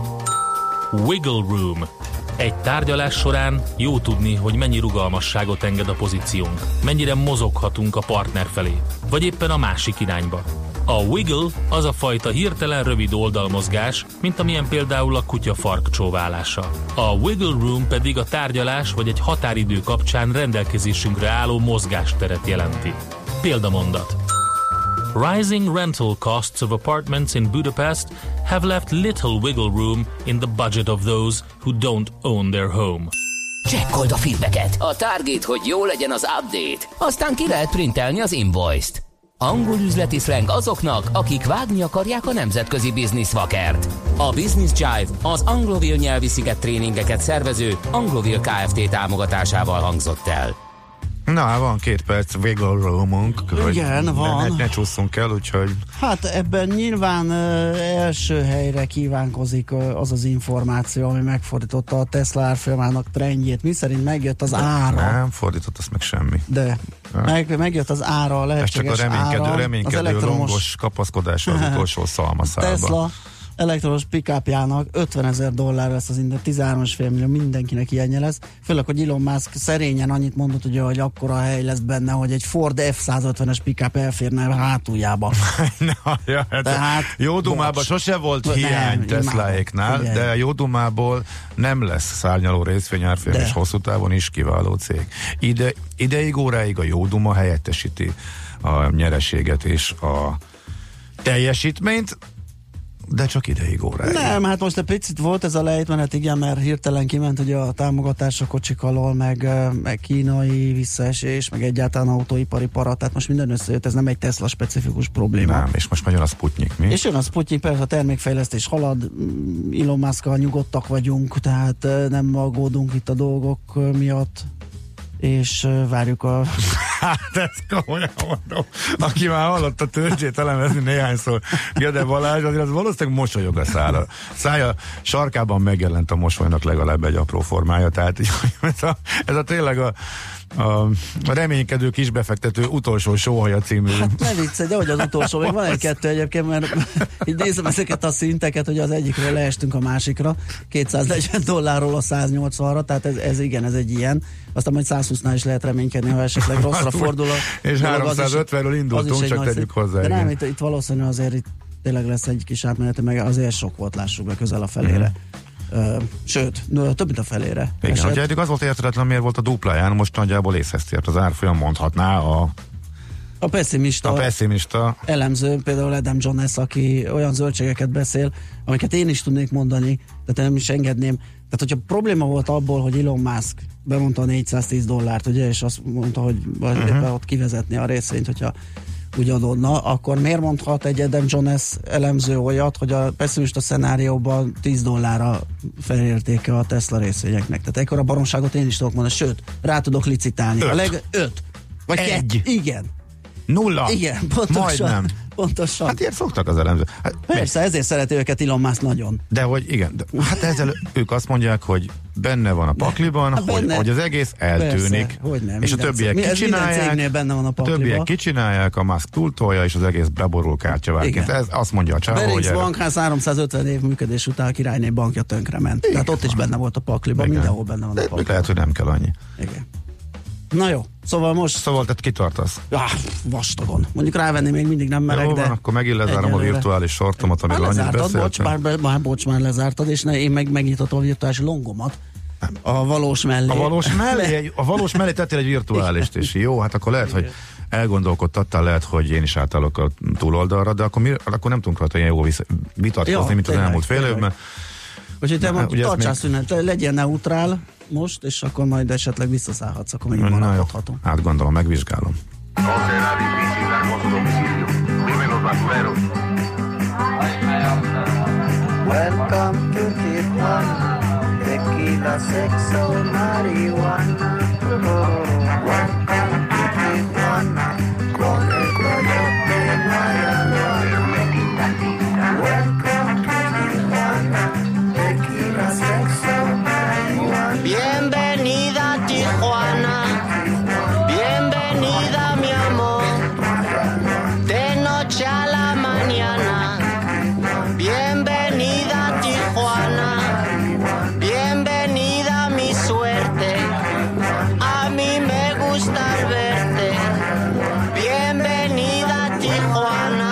Wiggle Room. Egy tárgyalás során jó tudni, hogy mennyi rugalmasságot enged a pozíciónk, mennyire mozoghatunk a partner felé, vagy éppen a másik irányba. A wiggle az a fajta hirtelen rövid oldalmozgás, mint amilyen például a kutya farkcsóválása. A wiggle room pedig a tárgyalás vagy egy határidő kapcsán rendelkezésünkre álló mozgásteret jelenti. Példamondat. Rising rental costs of apartments in Budapest have left little wiggle room in the budget of those who don't own their home. Csekkold a feedbacket. A target, hogy jó legyen az update. Aztán ki lehet printelni az invoice-t. Angol üzleti szleng azoknak, akik vágni akarják a nemzetközi bizniszvakert. A Business Jive az anglovil nyelvi szigettréningeket szervező Anglovil Kft. Támogatásával hangzott el. Na, van két perc wiggle roomunk. Igen, van. Ne, ne csúszunk el, úgyhogy... Hát ebben nyilván uh, első helyre kívánkozik uh, az az információ, ami megfordította a Tesla árfolyamának trendjét. Mi szerint megjött az ára. Nem fordított azt meg semmi. De meg, megjött az ára, a lehetséges ára. Ez csak a reménykedő, reménykedő az elektromos... longos kapaszkodása az utolsó szalmaszálba. Tesla elektromos pick-upjának ötvenezer dollár lesz az innen, tizenhárom egész öt millió, mindenkinek ilyenje lesz. Főleg, hogy Elon Musk szerényen annyit mondott, ugye, hogy akkora hely lesz benne, hogy egy Ford F száz ötvenes pick-up elférne a hátuljába. Na, ja, Tehát jó dumában sose volt hiány Tesláéknál, de jó dumából nem lesz szárnyaló részvényárfolyam, és hosszú távon is kiváló cég. Ide, ideig, óráig a jó duma helyettesíti a nyereséget és a teljesítményt, de csak ideig, óráig. Nem, hát most egy picit volt ez a lejtmenet, igen, mert hirtelen kiment ugye a támogatás a kocsik alól, meg, meg kínai visszaesés, meg egyáltalán autóipari para, tehát most minden összejött, ez nem egy Tesla specifikus probléma. Nem, és most már jön a Sputnik, mi? És jön a Sputnik, persze a termékfejlesztés halad, Elon Muskkal nyugodtak vagyunk, tehát nem aggódunk itt a dolgok miatt, és várjuk a... Hát ezt komolyan mondom. Aki már hallott a tőzsét elemezni néhányszor, Gede Balázs, azért az valószínűleg mosolyog a szára. Szája sarkában megjelent a mosolynak legalább egy apró formája, tehát ez a, ez a tényleg a, a, a reménykedő kisbefektető utolsó sóhaja című. Hát ne viccelj, de hogy az utolsó, még van egy-kettő egyébként, mert így nézem ezeket a szinteket, hogy az egyikről leestünk a másikra, kétszáznegyven dollárról a száznyolcvanra, tehát ez, ez igen, ez egy ilyen. Aztán majd százhúsznál is lehet reménykedni, ha esetleg rosszra fordul a... És háromszázötvenről indultunk, csak tegyük hozzá. De nem, itt, itt valószínűleg azért itt tényleg lesz egy kis átmenete, meg azért sok volt, lássuk be, közel a felére. Mm-hmm. Uh, sőt, no, több mint a felére. Igen, ugye eddig az volt érthetetlen, miért volt a dupláján, most nagyjából észhez tért az árfolyam, mondhatná a... A pessimista, a pessimista elemző, például Adam Jones, aki olyan zöldségeket beszél, amiket én is tudnék mondani, tehát nem is engedném. Tehát, hogyha probléma volt abból, hogy Elon Musk bemondta a négyszáztíz dollárt, ugye, és azt mondta, hogy uh-huh. éppen ott kivezetni a részvényt, hogyha úgy adódna, akkor miért mondhat egy Adam Jones elemző olyat, hogy a pessimista szenárióban tíz dollárra felértéke a Tesla részvényeknek. Tehát ekkor a baromságot én is tudok mondani, sőt, rá tudok licitálni. Öt. A leg öt. Vagy egy. Kett, igen. Nulla. Igen, pontosan. Majdnem. Pontosan. Hát ilyet szoktak az elemzők. Hát, persze, ezért szereti őket Elon Musk nagyon. De hogy igen, de, hát ezzel ők azt mondják, hogy benne van a pakliban, hát hogy, hogy az egész eltűnik. Persze, hogy nem, és a többiek mi, kicsinálják, benne van a, a többiek kicsinálják, a Musk túltolja, és az egész beborul kártyavárként. Ez azt mondja a csávó, hogy... A bankház háromszázötven év működés után a királyné bankja tönkrement. Igen, tehát ott is benne volt a pakliban, igen. Mindenhol benne van a pakliban. Lehet, hogy nem kell annyi. Igen. Na jó, szóval most... Szóval te kitartasz? Ah, vastagon. Mondjuk rávenni még mindig nem meleg, jó, de... Van, akkor megint lezárom a virtuális sortomat, amiről annyit beszéltem. Bocs, már, be, már, bocs, már lezártad, és ne, én meg megnyitottam a virtuális longomat. Nem. A valós mellé. A valós mellé, a valós mellé tettél egy virtuálist is. Jó, hát akkor lehet, hogy elgondolkodtattál, lehet, hogy én is átállok a túloldalra, de akkor, mi, akkor nem tudunk rajta ilyen jó vitatkozni, mint az elmúlt fél évben. Úgyhogy te mond, tartsál szünet, legyen neutrál most, és akkor majd esetleg visszaszállhatsz, akkor még maradhatunk. Átgondolom, megvizsgálom. Welcome to Tijuana, tequila, sexo, marihuana. Welcome to Tijuana, con el coyote Mayagüez. Welcome to Tijuana, tequila, sexo, marihuana. Bienvenida a Tijuana, bienvenida mi amor, de noche a la mañana. Bienvenida a Tijuana, bienvenida mi suerte, a mí me gusta verte. Bienvenida a Tijuana,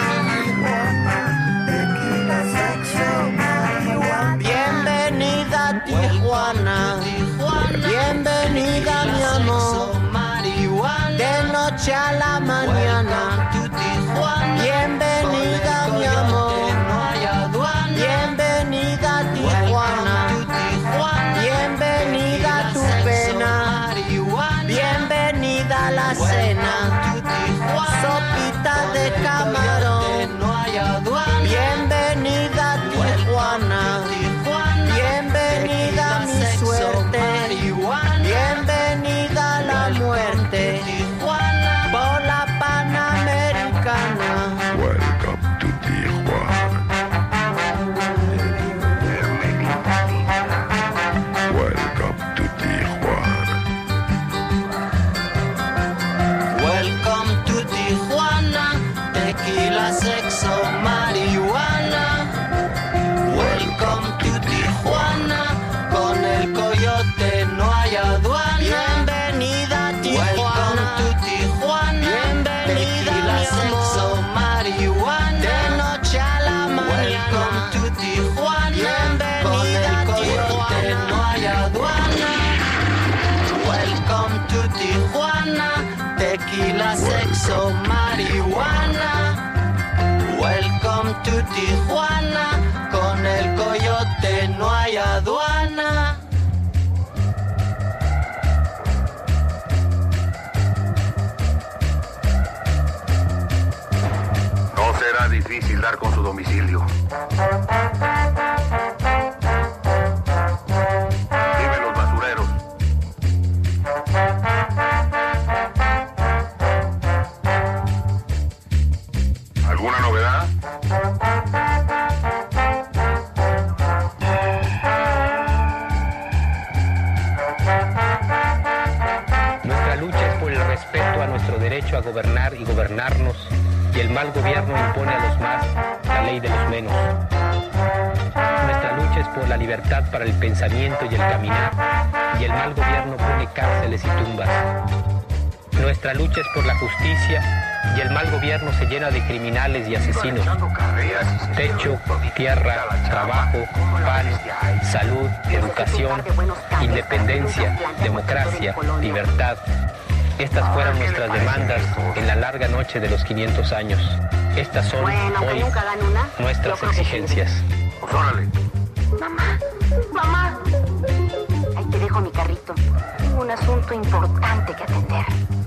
bienvenida a Tijuana, bienvenida mi amor, de noche a la mañana. Bienvenida mi amor, bienvenida a Tijuana, bienvenida a tu pena, bienvenida a la cena, sopita de camarón, bienvenida a Tijuana, bienvenida a mi suerte, bienvenida a la muerte, por la difícil dar con su domicilio. Dime los basureros. ¿Alguna novedad? Nuestra lucha es por el respeto a nuestro derecho a gobernar y gobernarnos, y el mal gobierno impone a los más la ley de los menos. Nuestra lucha es por la libertad para el pensamiento y el caminar, y el mal gobierno pone cárceles y tumbas. Nuestra lucha es por la justicia, y el mal gobierno se llena de criminales y asesinos. Techo, tierra, trabajo, pan, salud, educación, independencia, democracia, libertad. Estas fueron nuestras demandas en la larga noche de los quinientos años. Estas son hoy nuestras exigencias. Órale. Mamá, mamá. Ahí te dejo mi carrito. Tengo un asunto importante que atender.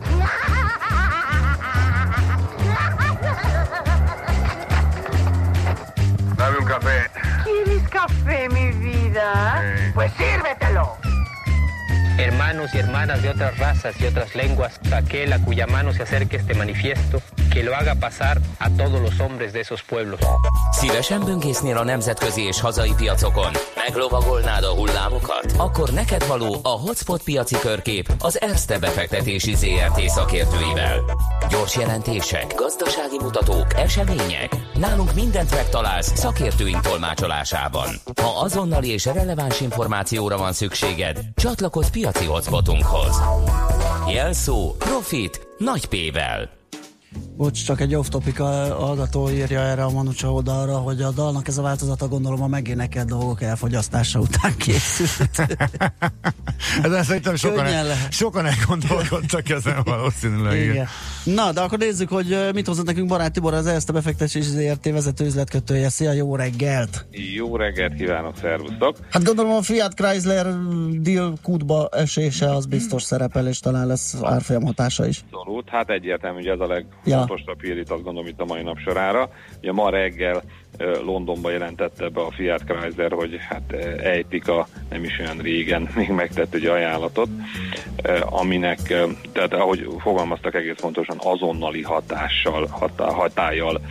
Dame un café. ¿Quieres café, mi vida? Sí. Pues sírvetelo. Hermanos y hermanas de otras razas y otras lenguas, aquel a cuya mano se acerque este manifiesto, que lo haga pasar a todos los hombres de esos pueblos. Szívesen böngésznél a nemzetközi és hazai piacokon? Meglovagolnád a hullámokat? Akkor neked való a Hotspot piaci körkép az Erste befektetési zé er té szakértőivel. Gyors jelentések, gazdasági mutatók, események. Nálunk mindent megtalálsz szakértőink tolmácsolásában. Ha azonnali és releváns információra van szükséged, csatlakozz piaci hotspotunkhoz. Jelszó Profit nagy P-vel. Bocs, csak egy off-topic hallgató írja erre a Manucsa oldalra, hogy a dalnak ez a változata gondolom a megénekelt dolgok elfogyasztása után készült. Ezen szerintem sokan, el, sokan elgondolkodtak ezen valószínűleg. Igen. Na, de akkor nézzük, hogy mit hozott nekünk Barát Tibor, az Erste befektetési zé er té vezető üzletkötője. Szia, jó reggelt! Jó reggelt kívánok, szervusztok! Hát gondolom a Fiat Chrysler deal kútba esése az biztos szerepel, és talán lesz árfolyam hatása is. Abszolút, hát egyértelmű, hogy ez a legfontosabb hír itt, azt gondolom itt a mai nap sorára. Ugye ma reggel Londonban jelentette be a Fiat Chrysler, hogy hát ejtik a nem is olyan régen még megtett egy ajánlatot, aminek, tehát ahogy fogalmaztak egész pontosan, azonnali hatással, hatá, hatállyal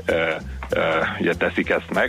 ugye teszik ezt meg,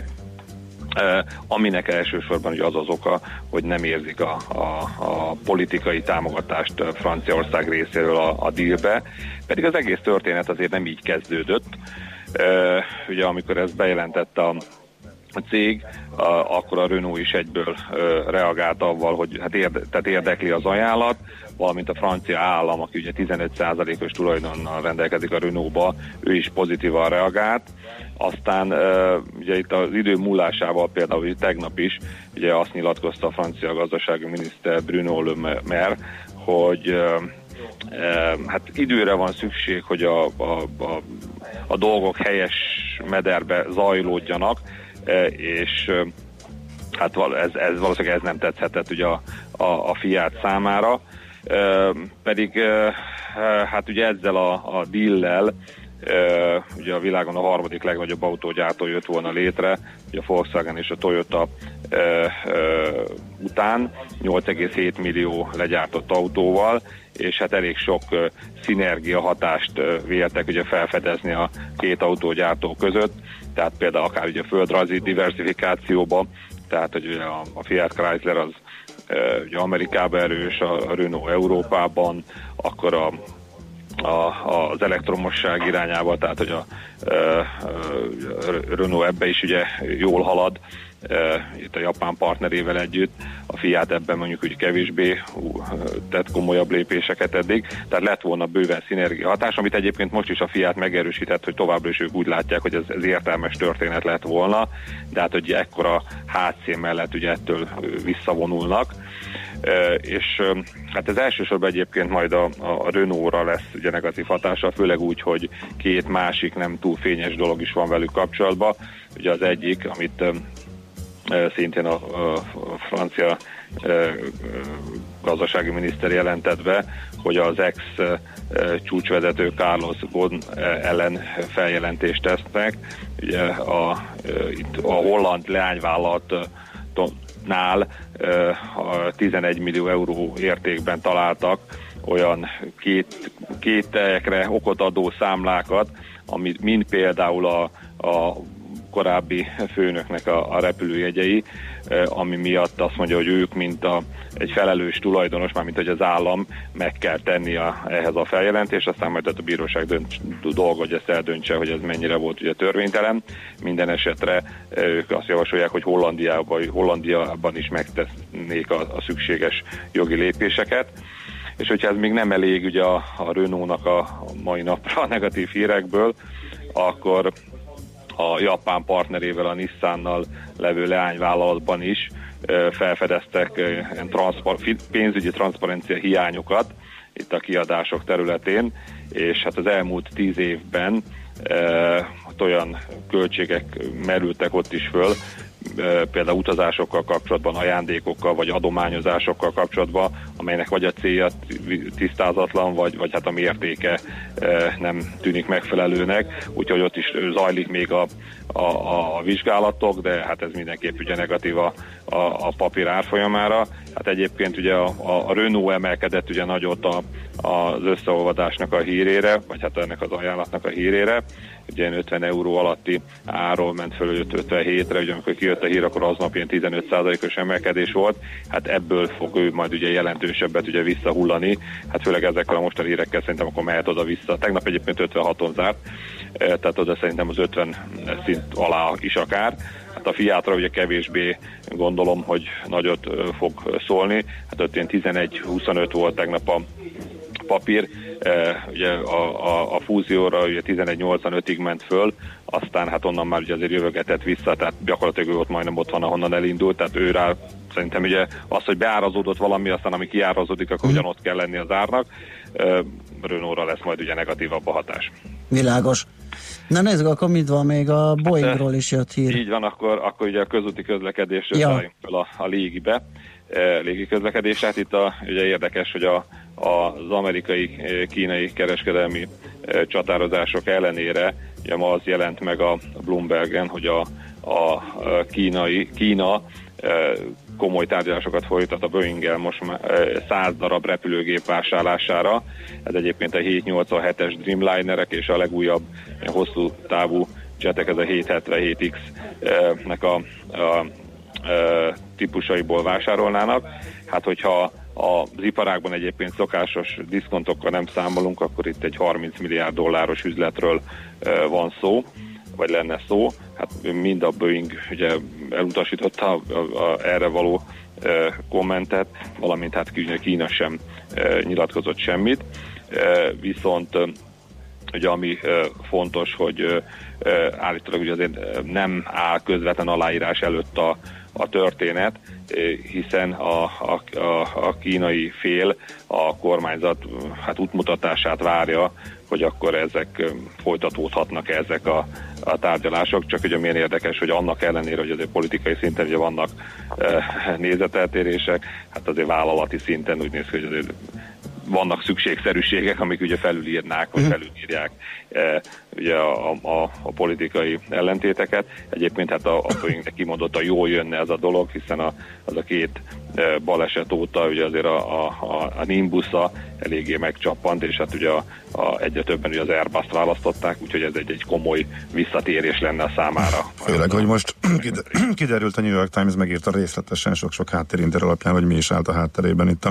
aminek elsősorban ugye az az oka, hogy nem érzik a, a, a politikai támogatást Franciaország részéről a, a dealbe, pedig az egész történet azért nem így kezdődött. Uh, ugye amikor ezt bejelentette a, a cég, a, akkor a Renault is egyből uh, reagált avval, hogy hát érde, tehát érdekli az ajánlat, valamint a francia állam, aki ugye tizenöt százalékos tulajdonnal rendelkezik a Renault-ba, ő is pozitívan reagált. Aztán uh, ugye itt az idő múlásával például ugye tegnap is ugye azt nyilatkozta a francia gazdasági miniszter Bruno Le Maire, hogy uh, hát időre van szükség, hogy a, a, a, a dolgok helyes mederbe zajlódjanak, és hát ez, ez valószínűleg ez nem tetszhetett ugye a, a, a Fiat számára, pedig hát ugye ezzel a, a deal-lel Uh, ugye a világon a harmadik legnagyobb autógyártó jött volna létre, ugye a Volkswagen és a Toyota uh, uh, után nyolc egész hét millió legyártott autóval, és hát elég sok uh, szinergia hatást uh, véltek ugye felfedezni a két autógyártó között, tehát például akár ugye földrajzi diversifikációba, tehát hogy ugye a, a Fiat Chrysler az uh, ugye Amerikában erős, a, a Renault Európában, akkor a A, az elektromosság irányába, tehát hogy a, a, a Renault ebbe is ugye jól halad, e, itt a japán partnerével együtt, a Fiat ebben mondjuk úgy kevésbé ú, tett komolyabb lépéseket eddig, tehát lett volna bőven szinergia hatás, amit egyébként most is a Fiat megerősített, hogy továbbra is ők úgy látják, hogy ez, ez értelmes történet lett volna, de hát hogy ekkora hátszél mellett ugye ettől visszavonulnak. Uh, és uh, hát ez elsősorban egyébként majd a, a Renault-ra lesz ugye negatív hatása, főleg úgy, hogy két másik nem túl fényes dolog is van velük kapcsolatban. Ugye az egyik, amit uh, szintén a, a francia gazdasági miniszter jelentett be, hogy az ex csúcsvezető Carlos Ghosn ellen feljelentést tesznek. Ugye a, itt a holland leányvállalatnál tizenegy millió euró értékben találtak olyan két, két tejekre okot adó számlákat, amit mind például a, a korábbi főnöknek a, a repülőjegyei, ami miatt azt mondja, hogy ők, mint a, egy felelős tulajdonos, mármint hogy az állam meg kell tenni a, ehhez a feljelentést, aztán majd a bíróság dönt, dolga, hogy ezt eldöntse, hogy ez mennyire volt ugye törvénytelen. Minden esetre ők azt javasolják, hogy Hollandiában, Hollandiában is megtennék a, a szükséges jogi lépéseket. És hogyha ez még nem elég ugye a, a Renault-nak a mai napra a negatív hírekből, akkor a japán partnerével, a Nissannal levő leányvállalatban is felfedeztek transzpar- pénzügyi transzparencia hiányokat itt a kiadások területén, és hát az elmúlt tíz évben e, olyan költségek merültek ott is föl, például utazásokkal kapcsolatban, ajándékokkal vagy adományozásokkal kapcsolatban, amelynek vagy a célja tisztázatlan, vagy, vagy hát a mértéke nem tűnik megfelelőnek, úgyhogy ott is zajlik még a, a, a vizsgálatok, de hát ez mindenképp ugye negatív a, a, a papír árfolyamára. Hát egyébként ugye a, a Renault emelkedett ugye nagyot a, az összeolvadásnak a hírére, vagy hát ennek az ajánlatnak a hírére, ugye ötven euró alatti áról ment föl ötvenhétre, ugye amikor kijött a hír, akkor aznap ilyen tizenöt százalékos emelkedés volt, hát ebből fog ő majd ugye jelentősebbet ugye visszahullani, hát főleg ezekkel a mostani hírekkel szerintem akkor mehet oda-vissza. Tegnap egyébként ötvenhaton zárt, tehát oda szerintem az ötven szint alá is akár. Hát a Fiatra ugye kevésbé gondolom, hogy nagyot fog szólni, hát ott ilyen tizenegy huszonöt volt tegnap a papír, e, ugye a, a, a fúzióra ugye tizenegy nyolcvanötig ment föl, aztán hát onnan már ugye azért jövögetett vissza, tehát gyakorlatilag ő ott majdnem ott van, ahonnan elindult, tehát ő rá szerintem ugye az, hogy beárazódott valami, aztán ami kiárazódik, akkor ugyanott kell lenni az árnak. E, Renault-ra lesz majd ugye negatívabb a hatás. Világos. Na nézzük, akkor mit van, még a Boeingról is jött hír. Így van, akkor, akkor ugye a közúti közlekedésről ja. szálljunk fel a, a légibe. E, légi közlekedés, hát itt a, ugye érdekes, hogy a az amerikai-kínai kereskedelmi csatározások ellenére, ugye ma az jelent meg a Bloombergen, hogy a, a kínai, Kína komoly tárgyalásokat folytat a Boeing-el most száz darab repülőgép vásárlására. Ez egyébként a hétszáznyolcvanhetes Dreamlinerek és a legújabb hosszú távú jetek, ez a hétszázhetvenhét X-nek a, a, a típusaiból vásárolnának. Hát hogyha az iparágban egyébként szokásos diszkontokkal nem számolunk, akkor itt egy harminc milliárd dolláros üzletről van szó, vagy lenne szó. Hát mind a Boeing ugye elutasította a, a, a erre való e, kommentet, valamint hát Kína sem e, nyilatkozott semmit. E, viszont e, ugye ami e, fontos, hogy e, állítólag ugye azért nem áll közvetlen aláírás előtt a, a történet, hiszen a, a, a, a kínai fél a kormányzat hát útmutatását várja, hogy akkor ezek folytatódhatnak ezek a, a tárgyalások, csak ugye milyen érdekes, hogy annak ellenére, hogy azért politikai szinten ugye vannak e, nézeteltérések, hát azért vállalati szinten úgy néz ki, hogy azért vannak szükségszerűségek, amik ugye felülírnák, vagy felülírják e, ugye a, a, a politikai ellentéteket. Egyébként hát a, a Boeingnek kimondottan jól jönne ez a dolog, hiszen a, az a két e, baleset óta ugye azért a, a, a Nimbus-a eléggé megcsappant, és hát ugye a, a egyre többen ugye az Airbus-t választották, úgyhogy ez egy, egy komoly visszatérés lenne a számára. Főleg, hogy most kiderült, a New York Times megírta részletesen sok-sok háttérinter alapján, hogy mi is állt a hátterében itt a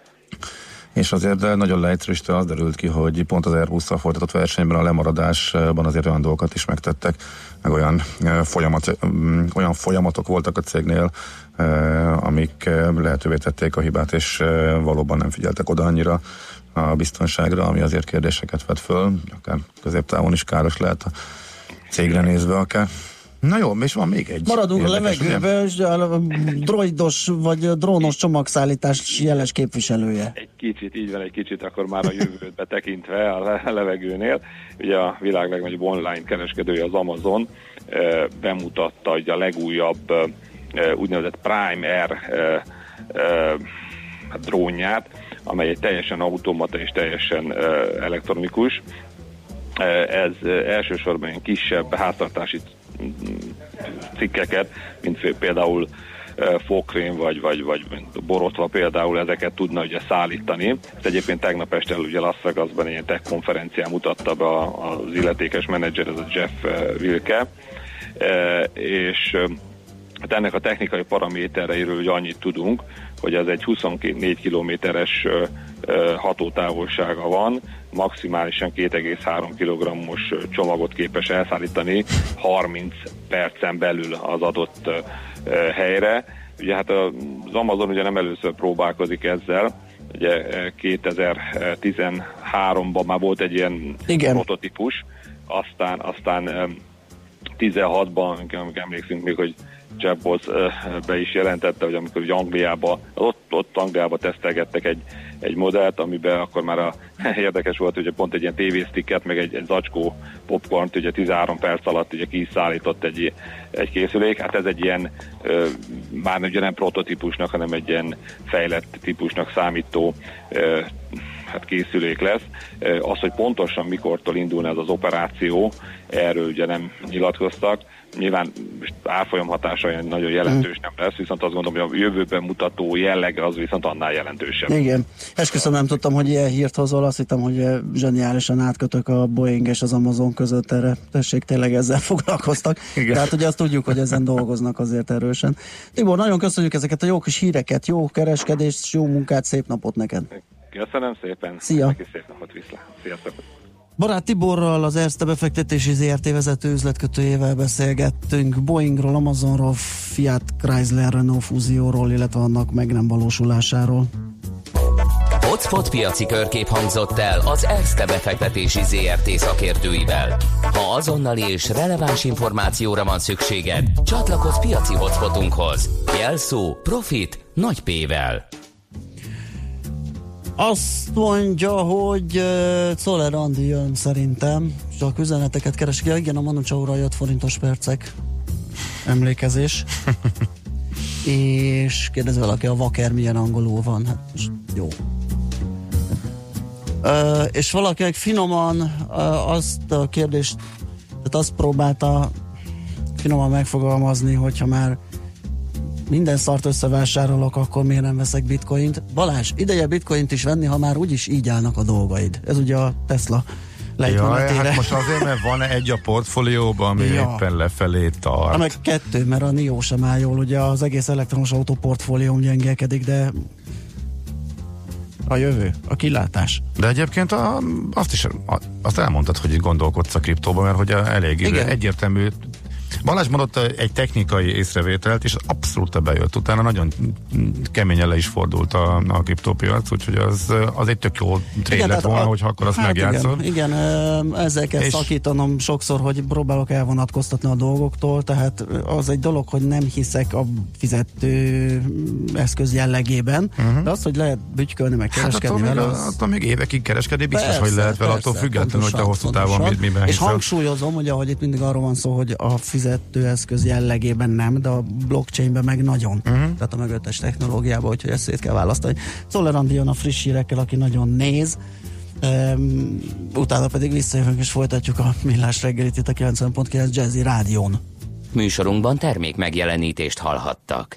és azért nagyon leegyszerűsítve az derült ki, hogy pont az Airbus-szal folytatott versenyben a lemaradásban azért olyan dolgokat is megtettek, meg olyan, folyamat, olyan folyamatok voltak a cégnél, amik lehetővé tették a hibát, és valóban nem figyeltek oda annyira a biztonságra, ami azért kérdéseket vet föl, akár középtávon is káros lehet a cégre nézve akár. Na jó, és van még egy. Maradunk a levegőben, a droidos vagy drónos csomagszállítás jeles képviselője. Egy kicsit, így van, egy kicsit akkor már a jövőt betekintve a levegőnél. Ugye a világ legnagyobb online kereskedője, az Amazon bemutatta ugye a legújabb úgynevezett Prime Air hát drónját, amely egy teljesen automata és teljesen elektronikus. Ez elsősorban ilyen kisebb háztartási cikkeket, mint például fogkrém vagy, vagy, vagy borotva például, ezeket tudna ugye szállítani. Ezt egyébként tegnap este ugye Las Vegasban ilyen tech konferencián mutatta be az illetékes menedzser, ez a Jeff Wilke, és hát ennek a technikai paramétereiről ugye annyit tudunk, hogy ez egy huszonnégy kilométeres hatótávolsága van, maximálisan két egész három kilogrammos csomagot képes elszállítani harminc percen belül az adott helyre. Ugye hát az Amazon ugye nem először próbálkozik ezzel, ugye kétezer-tizenháromban már volt egy ilyen Igen. prototípus, aztán, aztán tizenhatban, amikor emlékszünk még, hogy Jeff Bezos be is jelentette, hogy amikor ugye Angliába, ott, ott Angliába tesztelgettek egy, egy modellt, amiben akkor már a, érdekes volt, hogy pont egy ilyen tévésztikket, meg egy, egy zacskó popcornt ugye tizenhárom perc alatt ugye kiszállított egy, egy készülék. Hát ez egy ilyen, már ugye nem prototípusnak, hanem egy ilyen fejlett típusnak számító hát készülék lesz. Az, hogy pontosan mikortól indulna ez az operáció, erről ugye nem nyilatkoztak. Nyilván árfolyam hatása olyan nagyon jelentős nem lesz, viszont azt gondolom, hogy a jövőben mutató jellege az viszont annál jelentősebb. Igen. Esküszöm, nem tudtam, hogy ilyen hírt hozol, azt hittem, hogy zseniálisan átkötök a Boeing és az Amazon között erre. Tessék, tényleg ezzel foglalkoztak. Igen. Tehát ugye azt tudjuk, hogy ezen dolgoznak azért erősen. Tibor, nagyon köszönjük ezeket a jó kis híreket, jó kereskedést, jó munkát, szép napot neked. Köszönöm szépen. Szia. Neki szép napot viszlát. Sziasztok. Barát Tiborral, az Erste befektetési zé er té vezető üzletkötőjével beszélgettünk Boeingról, Amazonról, Fiat Chrysler Renault fúzióról, illetve annak meg nem valósulásáról. Hotspot piaci körkép hangzott el az Erste befektetési zé er té szakértőivel. Ha azonnali és releváns információra van szükséged, csatlakozz piaci hotspotunkhoz. Jelszó Profit nagy P-vel. Azt mondja, hogy uh, Czoller Andi jön szerintem, csak üzeneteket keresik. Ja, igen, a Manu Chao-ra jött forintos percek emlékezés. És kérdez valaki, a Vaker milyen angolul van. Hát most jó. Uh, és valaki meg finoman uh, azt a kérdést, tehát azt próbálta finoman megfogalmazni, hogyha már minden szart összevásárolok, akkor miért nem veszek bitcoint? Balázs, ideje bitcoint is venni, ha már úgyis így állnak a dolgaid. Ez ugye a Tesla lejtmenetére. Jaj, hát most azért, mert van egy a portfólióban, ami ja. éppen lefelé tart. Ha meg kettő, mert a NIO sem áll jól, ugye az egész elektromos autó portfólióm gyengélkedik, de a jövő, a kilátás. De egyébként a, azt is azt elmondtad, hogy gondolkodsz a kriptóban, mert hogy elég Igen. egyértelmű. Balázs mondott egy technikai észrevételt, és abszolút bejött. Utána nagyon keményen le is fordult a, a kriptópiac, úgyhogy az, az egy tök jó trade lett volna, a, hogyha akkor azt hát megjátszol. Igen, igen, ezzel kell és szakítanom sokszor, hogy próbálok elvonatkoztatni a dolgoktól, tehát az egy dolog, hogy nem hiszek a fizető eszköz jellegében, uh-huh. de az, hogy lehet bütykölni, meg kereskedni hát vele. Az... Attól még évekig kereskedni, biztos, persze, hogy lehet vele, attól függetlenül, hogy te hosszú távon mit, miben És hiszel. hangsúlyozom, hogy ahogy itt mindig arról van szó, hogy a fizetőeszköz jellegében nem, de a blockchainben meg nagyon. Uh-huh. Tehát a mögöttes technológiában, úgyhogy ezt szét kell választani. Czoller Andi jön a friss hírekkel, aki nagyon néz. Um, utána pedig visszajövünk és folytatjuk a Millás reggelit itt a kilencven pont kilenc Jazzy Rádión. Műsorunkban termék megjelenítést hallhattak.